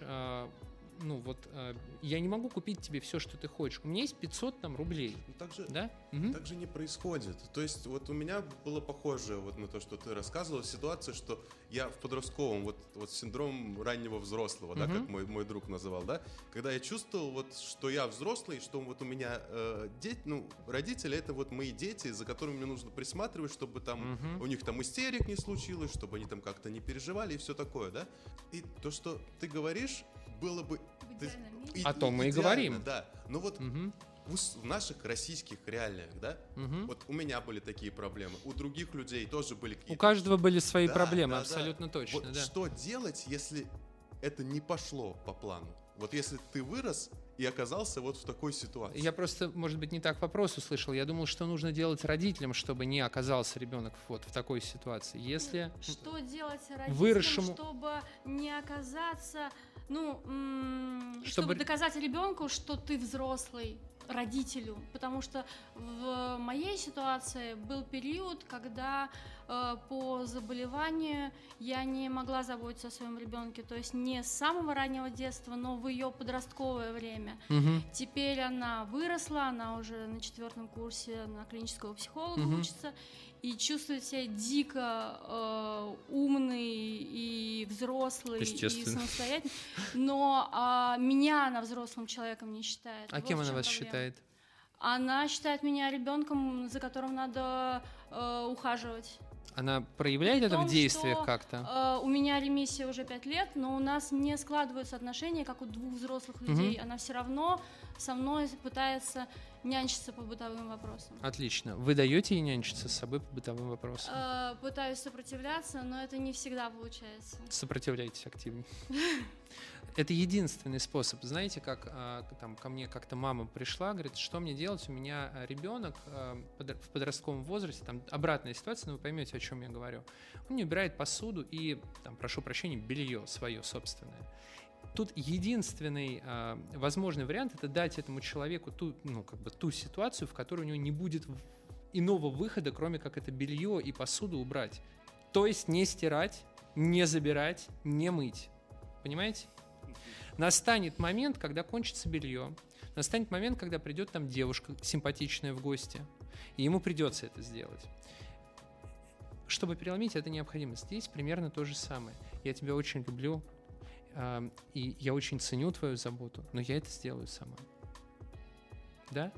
я не могу купить тебе все, что ты хочешь. У меня есть 500 рублей. Так же не происходит. То есть вот у меня было похоже на то, что ты рассказывал, ситуация, что я в подростковом, синдром раннего взрослого, да, как мой друг называл, да, когда я чувствовал, что я взрослый, что у меня родители, это мои дети, за которыми мне нужно присматривать, чтобы у них истерик не случилось, чтобы они как-то не переживали и все такое, да. И то, что ты говоришь, было бы... О том мы и говорим. Да. Но в наших российских реалиях, да, у меня были такие проблемы, у других людей тоже были какие-то... У каждого были свои проблемы, абсолютно точно. Что делать, если это не пошло по плану? Если ты вырос и оказался в такой ситуации. Я просто, может быть, не так вопрос услышал. Я думал, что нужно делать родителям, чтобы не оказался ребенок в такой ситуации. Что делать родителям, чтобы не оказаться... чтобы доказать ребенку, что ты взрослый, родителю, потому что в моей ситуации был период, когда по заболеванию я не могла заботиться о своем ребенке, то есть не с самого раннего детства, но в ее подростковое время. Теперь она выросла, она уже на 4 курсе на клинического психолога учится, и чувствует себя дико умный и взрослый, и самостоятельный, но меня она взрослым человеком не считает. А кем она вас считает? Она считает меня ребенком, за которым надо ухаживать. Она проявляет это в действиях как-то? У меня ремиссия уже 5 лет, но у нас не складываются отношения, как у 2 взрослых людей. Она все равно со мной пытается нянчиться по бытовым вопросам. Отлично. Вы даете ей нянчиться с собой по бытовым вопросам? Пытаюсь сопротивляться, но это не всегда получается. Сопротивляйтесь активнее. Это единственный способ. Знаете, как ко мне как-то мама пришла, говорит, что мне делать? У меня ребенок в подростковом возрасте, обратная ситуация, но вы поймете, о чем я говорю. Он не убирает посуду и, прошу прощения, белье свое собственное. Тут единственный возможный вариант – это дать этому человеку ту ситуацию, в которой у него не будет иного выхода, кроме как это белье и посуду убрать. То есть не стирать, не забирать, не мыть. Понимаете? Настанет момент, когда кончится белье. Настанет момент, когда придет девушка симпатичная в гости. И ему придется это сделать. Чтобы переломить, это необходимо. Здесь примерно то же самое. Я тебя очень люблю. И я очень ценю твою заботу, но я это сделаю сама. Да?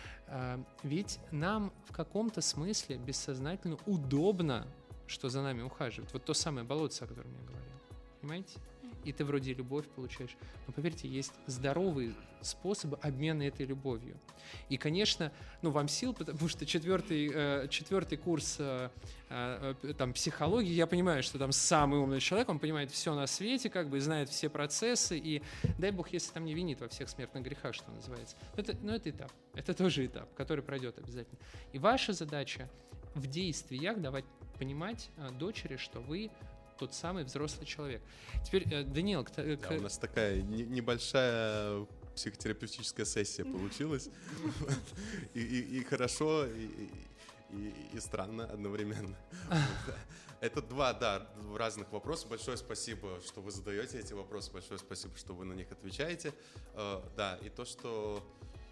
Ведь нам в каком-то смысле бессознательно удобно, что за нами ухаживают. Вот то самое болотце, о котором я говорил. Понимаете? И ты вроде любовь получаешь. Но поверьте, есть здоровые способы обмена этой любовью. И, конечно, вам сил, потому что четвертый курс психологии, я понимаю, что самый умный человек, он понимает все на свете, знает все процессы, и дай бог, если не винит во всех смертных грехах, что называется. Но это этап, это тоже этап, который пройдет обязательно. И ваша задача в действиях давать понимать дочери, что вы тот самый взрослый человек. Теперь, Даниил... у нас такая небольшая психотерапевтическая сессия получилась. И хорошо, и странно одновременно. Это два разных вопроса. Большое спасибо, что вы задаете эти вопросы. Большое спасибо, что вы на них отвечаете. И то, что...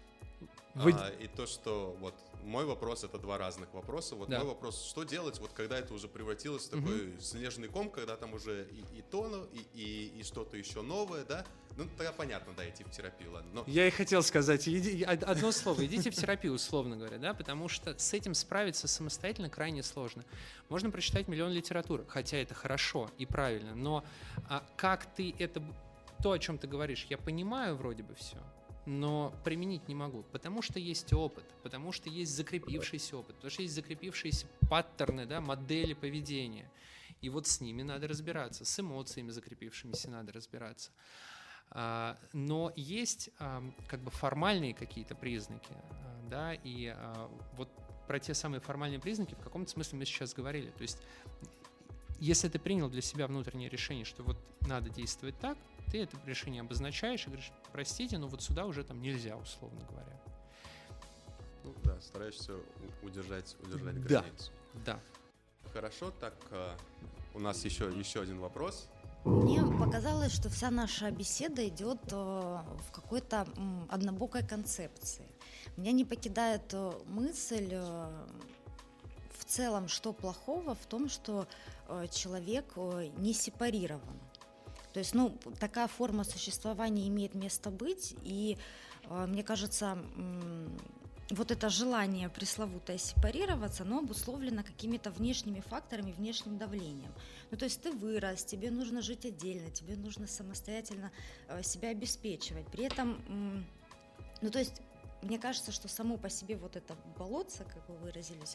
мой вопрос — это 2 разных вопроса. Мой вопрос, что делать, когда это уже превратилось в такой снежный ком, когда там уже и тону, и что-то еще новое, да? Тогда понятно, идти в терапию, ладно. Но... Я и хотел сказать, одно слово, идите в терапию, условно говоря, да, потому что с этим справиться самостоятельно крайне сложно. Можно прочитать миллион литературы, хотя это хорошо и правильно, но как ты это, то, о чем ты говоришь, я понимаю вроде бы все, но применить не могу, потому что есть опыт, потому что есть закрепившийся опыт, потому что есть закрепившиеся паттерны, да, модели поведения. И вот с ними надо разбираться, с эмоциями закрепившимися надо разбираться. Но есть как бы формальные какие-то признаки, да, и вот про те самые формальные признаки в каком-то смысле мы сейчас говорили. То есть если ты принял для себя внутреннее решение, что вот надо действовать так, ты это решение обозначаешь и говоришь: простите, но вот сюда уже там нельзя, условно говоря. Ну да, стараешься удержать границу. Да. Хорошо, так у нас еще один вопрос. Мне показалось, что вся наша беседа идет в какой-то однобокой концепции. Меня не покидает мысль в целом, что плохого в том, что человек не сепарирован. То есть, такая форма существования имеет место быть, и мне кажется, вот это желание пресловутое сепарироваться, оно обусловлено какими-то внешними факторами, внешним давлением. То есть ты вырос, тебе нужно жить отдельно, тебе нужно самостоятельно себя обеспечивать. При этом, то есть мне кажется, что само по себе вот это болотце, как вы выразились,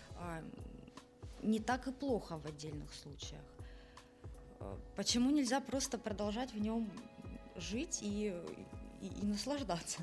не так и плохо в отдельных случаях. Почему нельзя просто продолжать в нем жить и наслаждаться?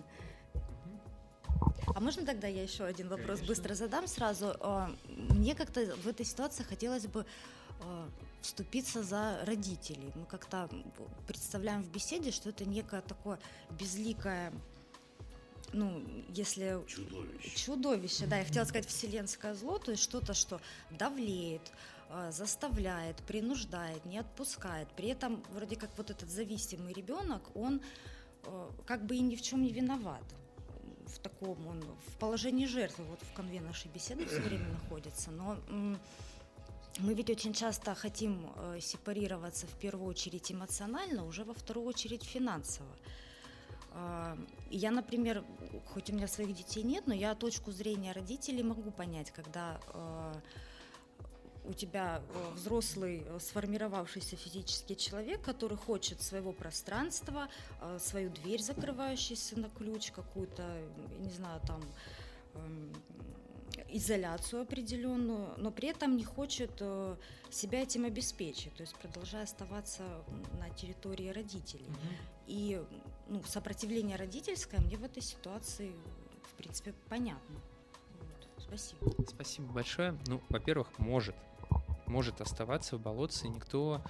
А можно тогда я еще один вопрос Конечно. быстро задам сразу? Мне как-то в этой ситуации хотелось бы вступиться за родителей. Мы как-то представляем в беседе, что это некое такое безликое, если... Чудовище, да. Я хотела сказать вселенское зло, то есть что-то, что давлеет, заставляет, принуждает, не отпускает. При этом вроде как вот этот зависимый ребенок, он как бы и ни в чем не виноват. Он в положении жертвы, вот в конве нашей беседы все время находится. Но мы ведь очень часто хотим сепарироваться в первую очередь эмоционально, уже во вторую очередь финансово. Я, например, хоть у меня своих детей нет, но я точку зрения родителей могу понять, когда у тебя взрослый, сформировавшийся физический человек, который хочет своего пространства, свою дверь, закрывающуюся на ключ, какую-то, не знаю, там, изоляцию определенную, но при этом не хочет себя этим обеспечить, то есть продолжая оставаться на территории родителей. И сопротивление родительское мне в этой ситуации, в принципе, понятно. Вот. Спасибо. Спасибо большое. Во-первых, может оставаться в болотце, и никто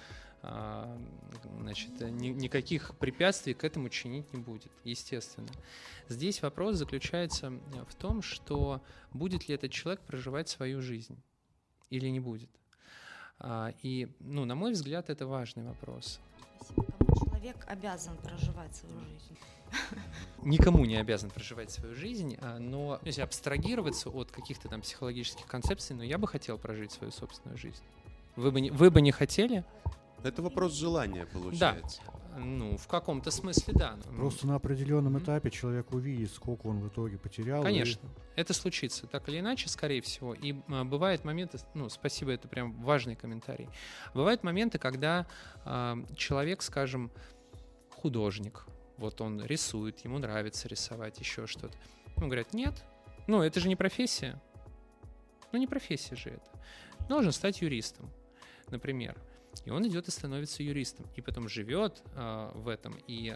никаких препятствий к этому чинить не будет, естественно. Здесь вопрос заключается в том, что будет ли этот человек проживать свою жизнь или не будет. И, на мой взгляд, это важный вопрос. Спасибо. Кому человек обязан проживать свою жизнь? Никому не обязан проживать свою жизнь, но если абстрагироваться от каких-то там психологических концепций, я бы хотел прожить свою собственную жизнь. Вы бы не хотели? Это вопрос желания, получается. Да. В каком-то смысле, да. Просто на определенном этапе человек увидит, сколько он в итоге потерял. Конечно. Это случится, так или иначе, скорее всего. И бывают моменты, спасибо, это прям важный комментарий. Бывают моменты, когда человек, скажем, художник, вот он рисует, ему нравится рисовать, еще что-то. Говорят: нет, это же не профессия. Не профессия же это. Должен стать юристом, например. И он идет и становится юристом. И потом живет в этом, и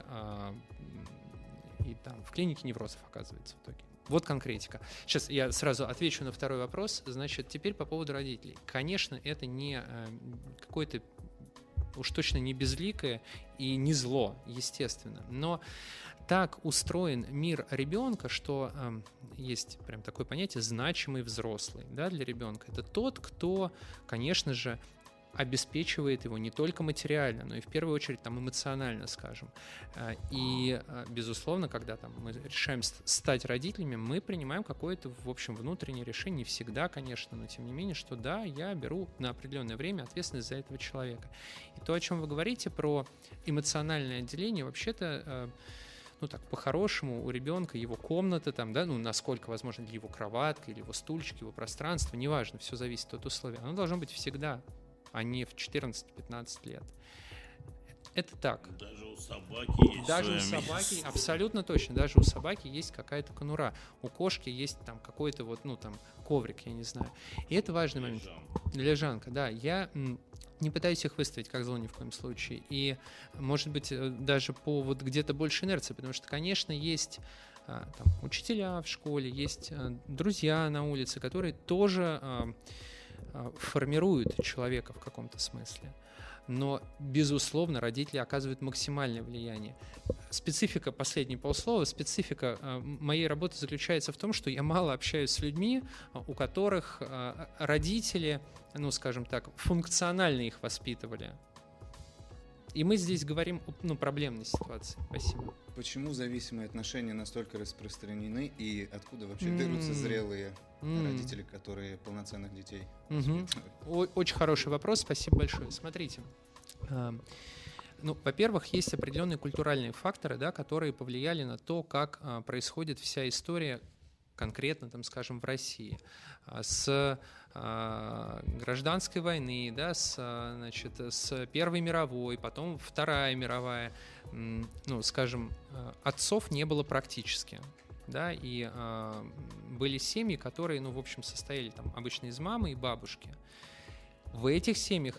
там в клинике неврозов оказывается в итоге. Вот конкретика. Сейчас я сразу отвечу на второй вопрос. Значит, теперь по поводу родителей. Конечно, это не какое-то, уж точно не безликое и не зло, естественно. Но так устроен мир ребенка, что есть прям такое понятие «значимый взрослый», да, для ребенка. Это тот, кто, конечно же, обеспечивает его не только материально, но и в первую очередь там, эмоционально, скажем. И, безусловно, когда там, мы решаем стать родителями, мы принимаем какое-то, в общем, внутреннее решение, не всегда, конечно, но тем не менее, что да, я беру на определенное время ответственность за этого человека. И то, о чем вы говорите, про эмоциональное отделение, вообще-то, по-хорошему, у ребенка его комната, там, да, насколько возможно, или его кроватка, или его стульчик, его пространство, неважно, все зависит от условий. Оно должно быть всегда, а не в 14-15 лет. это так. Даже у собаки есть Даже у собаки, абсолютно точно, даже у собаки есть какая-то конура. У кошки есть там какой-то вот, ну, там, коврик, я не знаю. И это важный момент. Лежанка, да. Я не пытаюсь их выставить как зло ни в коем случае. И, может быть, даже по вот где-то больше инерции, потому что, конечно, есть там учителя в школе, есть друзья на улице, которые тоже формируют человека в каком-то смысле. Но, безусловно, родители оказывают максимальное влияние. Специфика, последнее полслова, специфика моей работы заключается в том, что я мало общаюсь с людьми, у которых родители, ну, скажем так, функционально их воспитывали. И мы здесь говорим о проблемной ситуации. Спасибо. Почему зависимые отношения настолько распространены и откуда вообще берутся зрелые родители, которые полноценных детей воспитывают? Очень хороший вопрос, спасибо большое. Смотрите, ну, во-первых, есть определенные культуральные факторы, да, которые повлияли на то, как происходит вся история конкретно, там, скажем, в России. С гражданской войны, да, с Первой мировой, потом Вторая мировая, ну, скажем, отцов не было практически, да, и были семьи, которые, ну, в общем, состояли там обычно из мамы и бабушки. В этих семьях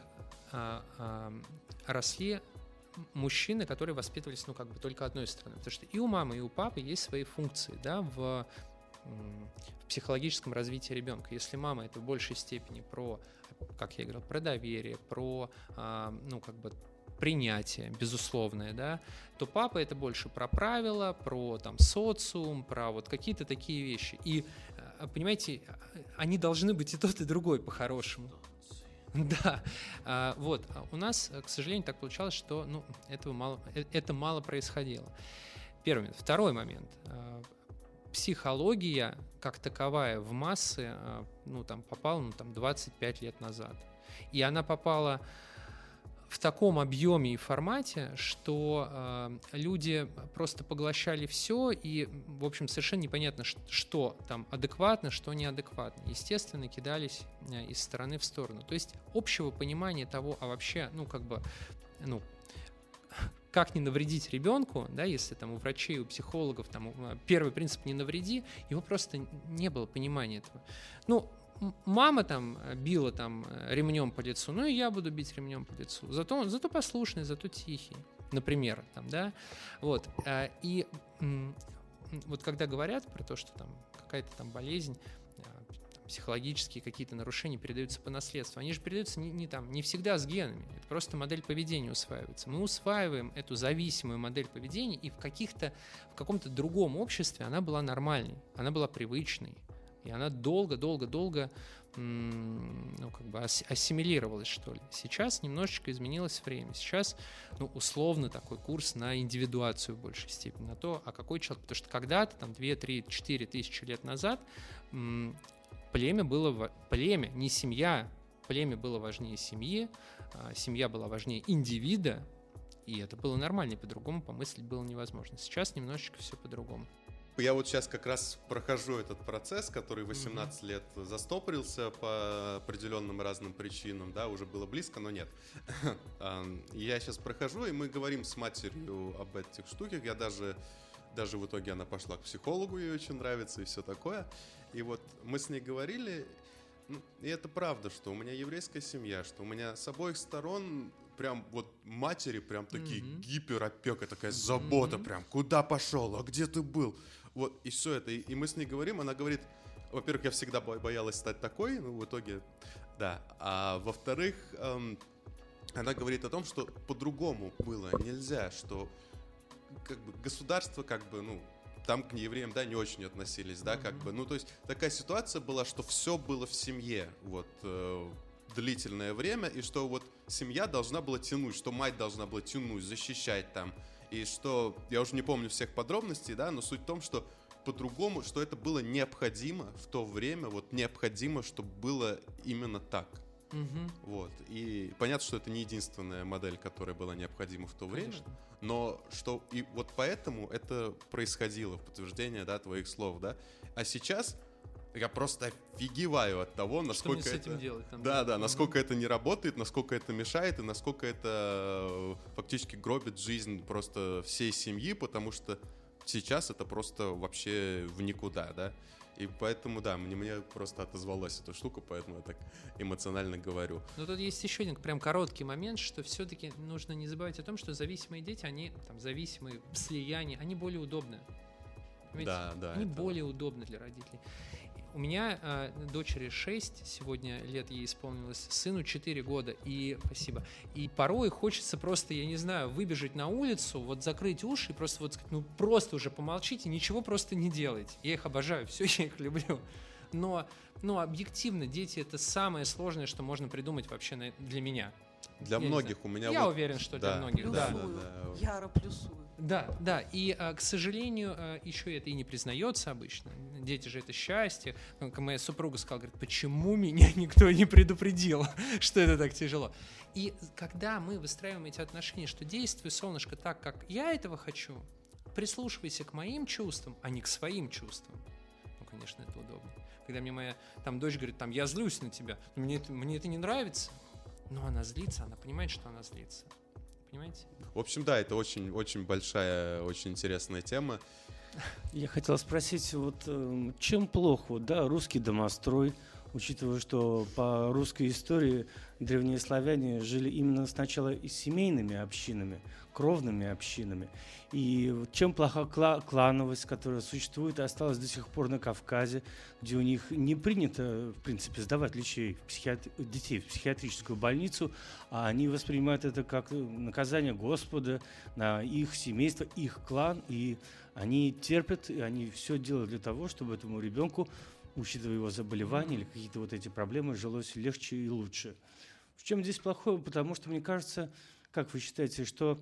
росли мужчины, которые воспитывались, ну, как бы только одной стороны, потому что и у мамы, и у папы есть свои функции, да, в психологическом развитии ребенка. Если мама — это в большей степени про, как я говорил, про доверие, про, ну, как бы принятие безусловное, да, то папа — это больше про правила, про там социум, про вот какие-то такие вещи. И, понимаете, они должны быть и тот, и другой по-хорошему. Да, вот. У нас, к сожалению, так получалось, что, ну, это мало происходило. Первый момент. Второй момент. Психология как таковая в массы, ну, там, попала, ну, там, 25 лет назад. И она попала в таком объеме и формате, что люди просто поглощали все, и, в общем, совершенно непонятно, что там адекватно, что неадекватно. Естественно, кидались из стороны в сторону. То есть общего понимания того, а вообще, ну, как бы, ну, как не навредить ребенку, да, если там у врачей, у психологов там первый принцип «не навреди», его просто не было понимания этого. Ну, мама там била там ремнем по лицу, ну и я буду бить ремнем по лицу. Зато послушный, зато тихий, например, там, да, вот. И вот когда говорят про то, что там какая-то там болезнь, психологические какие-то нарушения передаются по наследству, они же передаются не всегда с генами, это просто модель поведения усваивается. Мы усваиваем эту зависимую модель поведения, и в каком-то другом обществе она была нормальной, она была привычной, и она долго-долго-долго, ну, как бы ассимилировалась, что ли. Сейчас немножечко изменилось время. Сейчас, ну, условно такой курс на индивидуацию в большей степени, на то, а какой человек. Потому что когда-то, там, 2, 3, 4 тысячи лет назад племя, не семья, племя было важнее семьи, семья была важнее индивида, и это было нормально, и по-другому помыслить было невозможно. Сейчас немножечко все по-другому. Я вот сейчас как раз прохожу этот процесс, который 18 лет застопорился по определенным разным причинам, да, уже было близко, но нет. Я сейчас прохожу, и мы говорим с матерью об этих штуках. Я даже в итоге она пошла к психологу, ей очень нравится и все такое. И вот мы с ней говорили, ну, и это правда, что у меня еврейская семья, что у меня с обоих сторон прям вот матери прям такие гиперопека, такая забота прям, куда пошел, а где ты был? Вот, и все это. И мы с ней говорим, она говорит, во-первых, я всегда боялась стать такой, ну, в итоге, да. А во-вторых, она говорит о том, что по-другому было нельзя, что как бы государство, как бы, ну, там к евреям, да, не очень относились, да, как бы, ну, то есть такая ситуация была, что все было в семье, вот, длительное время, и что вот семья должна была тянуть, что мать должна была тянуть, защищать там, и что, я уже не помню всех подробностей, да, но суть в том, что по-другому, что это было необходимо в то время, вот необходимо, чтобы было именно так. Вот, и понятно, что это не единственная модель, которая была необходима в то время, но что, и вот поэтому это происходило в подтверждение, да, твоих слов, да, а сейчас я просто офигеваю от того, насколько что мне это... с этим делать, там, да, насколько это не работает, насколько это мешает и насколько это фактически гробит жизнь просто всей семьи, потому что сейчас это просто вообще в никуда, да. И поэтому, да, мне просто отозвалась эта штука, поэтому я так эмоционально говорю. Но тут есть еще один прям короткий момент, что все-таки нужно не забывать о том, что зависимые дети, они там зависимые в слиянии, они более удобны. Понимаете? Да, они более удобны для родителей. У меня дочери 6, сегодня лет ей исполнилось, сыну 4 года, и спасибо. И порой хочется просто, я не знаю, выбежать на улицу, вот закрыть уши и просто вот сказать, ну просто уже помолчите, ничего просто не делайте. Я их обожаю, все, я их люблю. Но объективно, дети — это самое сложное, что можно придумать вообще для меня. Для многих у меня... Я уверен, что для многих, плюсую, яро плюсую. Да, и, к сожалению, еще это и не признается обычно. Дети же — это счастье. Как моя супруга сказала, говорит, почему меня никто не предупредил, что это так тяжело. И когда мы выстраиваем эти отношения, что действуй, солнышко, так, как я этого хочу, прислушивайся к моим чувствам, а не к своим чувствам. Ну, конечно, это удобно. Когда мне моя дочь говорит, я злюсь на тебя, мне это не нравится, но она злится, она понимает, что она злится. Понимаете? В общем, да, это очень, очень большая, очень интересная тема. Я хотел спросить, чем плохо, русский домострой, учитывая, что по русской истории древние славяне жили именно сначала и семейными общинами, кровными общинами. И чем плоха клановость, которая существует и осталась до сих пор на Кавказе, где у них не принято, в принципе, сдавать детей в психиатрическую больницу, а они воспринимают это как наказание Господа на их семейство, их клан, и они терпят, и они все делают для того, чтобы этому ребенку, учитывая его заболевания или какие-то эти проблемы, жилось легче и лучше. В чем здесь плохое? Потому что, мне кажется, как вы считаете, что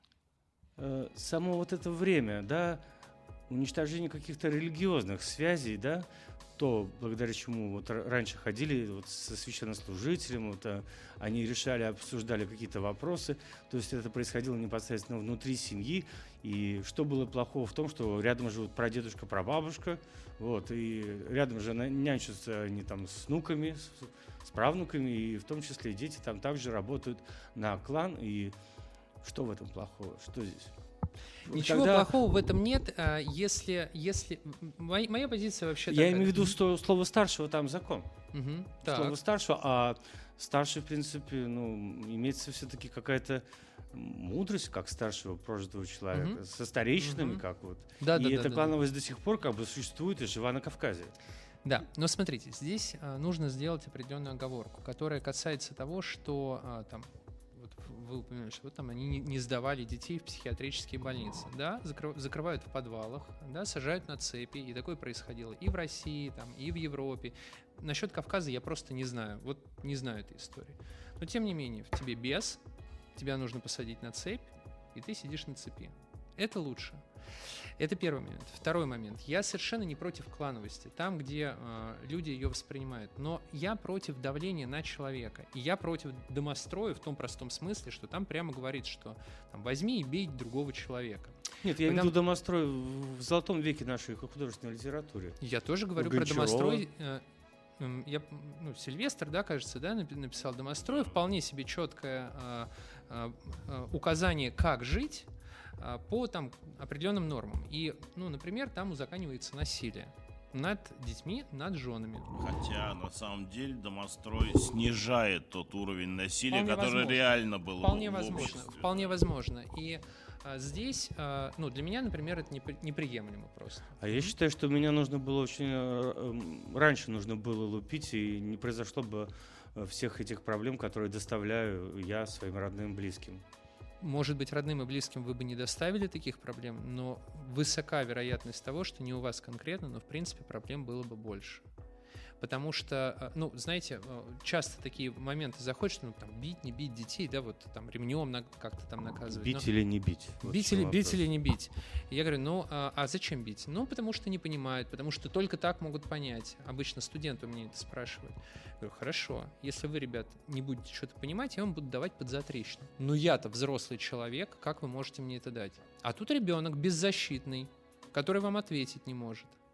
само это время, уничтожение каких-то религиозных связей, то, благодаря чему раньше ходили со священнослужителем, они решали, обсуждали какие-то вопросы, то есть это происходило непосредственно внутри семьи, и что было плохого в том, что рядом живут прадедушка, прабабушка, и рядом же нянчатся они с внуками, с правнуками, и в том числе дети там также работают на клан, и что в этом плохого? Что здесь? Ничего плохого в этом нет, если... Моя позиция вообще... Я имею в виду, что слово старшего там закон. Слово так. старшего, а старший, в принципе, имеется все-таки какая-то мудрость, как старшего прожитого человека, со старейшинами, как эта клановость до сих пор существует и жива на Кавказе. Да, но смотрите, здесь нужно сделать определенную оговорку, которая касается того, что вы упомянули, что они не сдавали детей в психиатрические больницы, закрывают в подвалах, сажают на цепи, и такое происходило и в России, и в Европе. Насчет Кавказа я просто не знаю, не знаю этой истории. Но тем не менее, в тебе бес, тебя нужно посадить на цепь, и ты сидишь на цепи. Это лучше. Это первый момент. Второй момент. Я совершенно не против клановости, там, где люди ее воспринимают. Но я против давления на человека. И я против домостроя в том простом смысле, что там прямо говорит, что возьми и бей другого человека. Нет, я имею в виду домострой в золотом веке нашей художественной литературы. Я тоже говорю про домострой. Сильвестр, кажется, написал домострой. Вполне себе четкое указание, как жить по определенным нормам. И, например, там узаконивается насилие над детьми, над женами. Хотя, на самом деле, домострой снижает тот уровень насилия, который реально был в обществе. Вполне возможно. И здесь, для меня, например, это неприемлемо просто. А я считаю, что меня нужно было раньше нужно было лупить, и не произошло бы всех этих проблем, которые доставляю я своим родным и близким. Может быть, родным и близким вы бы не доставили таких проблем, но высока вероятность того, что не у вас конкретно, но в принципе проблем было бы больше. Потому что, знаете, часто такие моменты заходят, что бить, не бить детей, ремнем как-то наказывать. Бить или не бить? Бить или не бить. И я говорю, а зачем бить? Потому что не понимают, потому что только так могут понять. Обычно студенты у меня это спрашивают. Я говорю, хорошо, если вы, ребят, не будете что-то понимать, я вам буду давать подзатрещину. Но я-то взрослый человек, как вы можете мне это дать? А тут ребенок беззащитный, который вам ответить не может.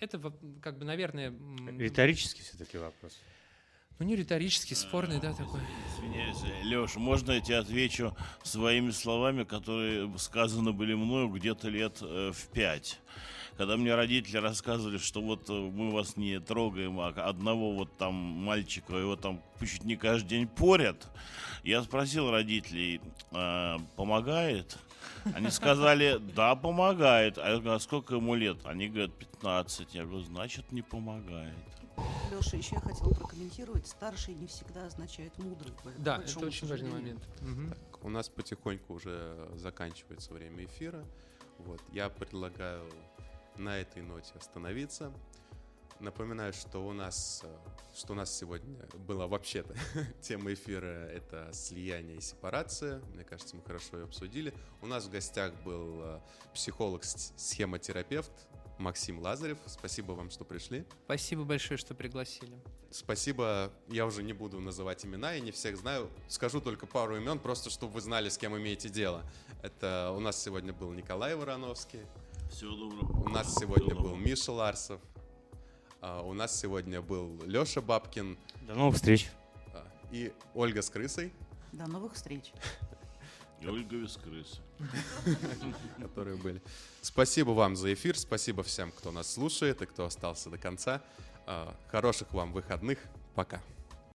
это как бы, наверное... Риторический все-таки вопрос. Ну, не риторический, спорный, да, такой. Извиняюсь, Леш, можно я тебе отвечу своими словами, которые сказаны были мною где-то лет в 5. Когда мне родители рассказывали, что вот мы вас не трогаем, а одного вот там мальчика, его там чуть не каждый день порят, я спросил родителей, помогает? Они сказали, да, помогает. А я говорю, а сколько ему лет? Они говорят, 15. Я говорю, значит, не помогает. Леша, еще я хотела прокомментировать. Старший не всегда означает мудрый. Да, это очень важный момент. Так, у нас потихоньку уже заканчивается время эфира. Вот, я предлагаю на этой ноте остановиться. Напоминаю, что у нас сегодня была вообще-то тема эфира — это слияние и сепарация. Мне кажется, мы хорошо ее обсудили. У нас в гостях был психолог-схемотерапевт Максим Лазарев. Спасибо вам, что пришли. Спасибо большое, что пригласили. Спасибо. Я уже не буду называть имена, я не всех знаю. Скажу только пару имен, просто чтобы вы знали, с кем имеете дело. Это у нас сегодня был Николай Вороновский. Всего доброго. У нас сегодня был Миша Ларсов. У нас сегодня был Леша Бабкин. До новых встреч. И Ольга с крысой. До новых встреч. И Ольга без крысы. Которые были. Спасибо вам за эфир. Спасибо всем, кто нас слушает и кто остался до конца. Хороших вам выходных. Пока.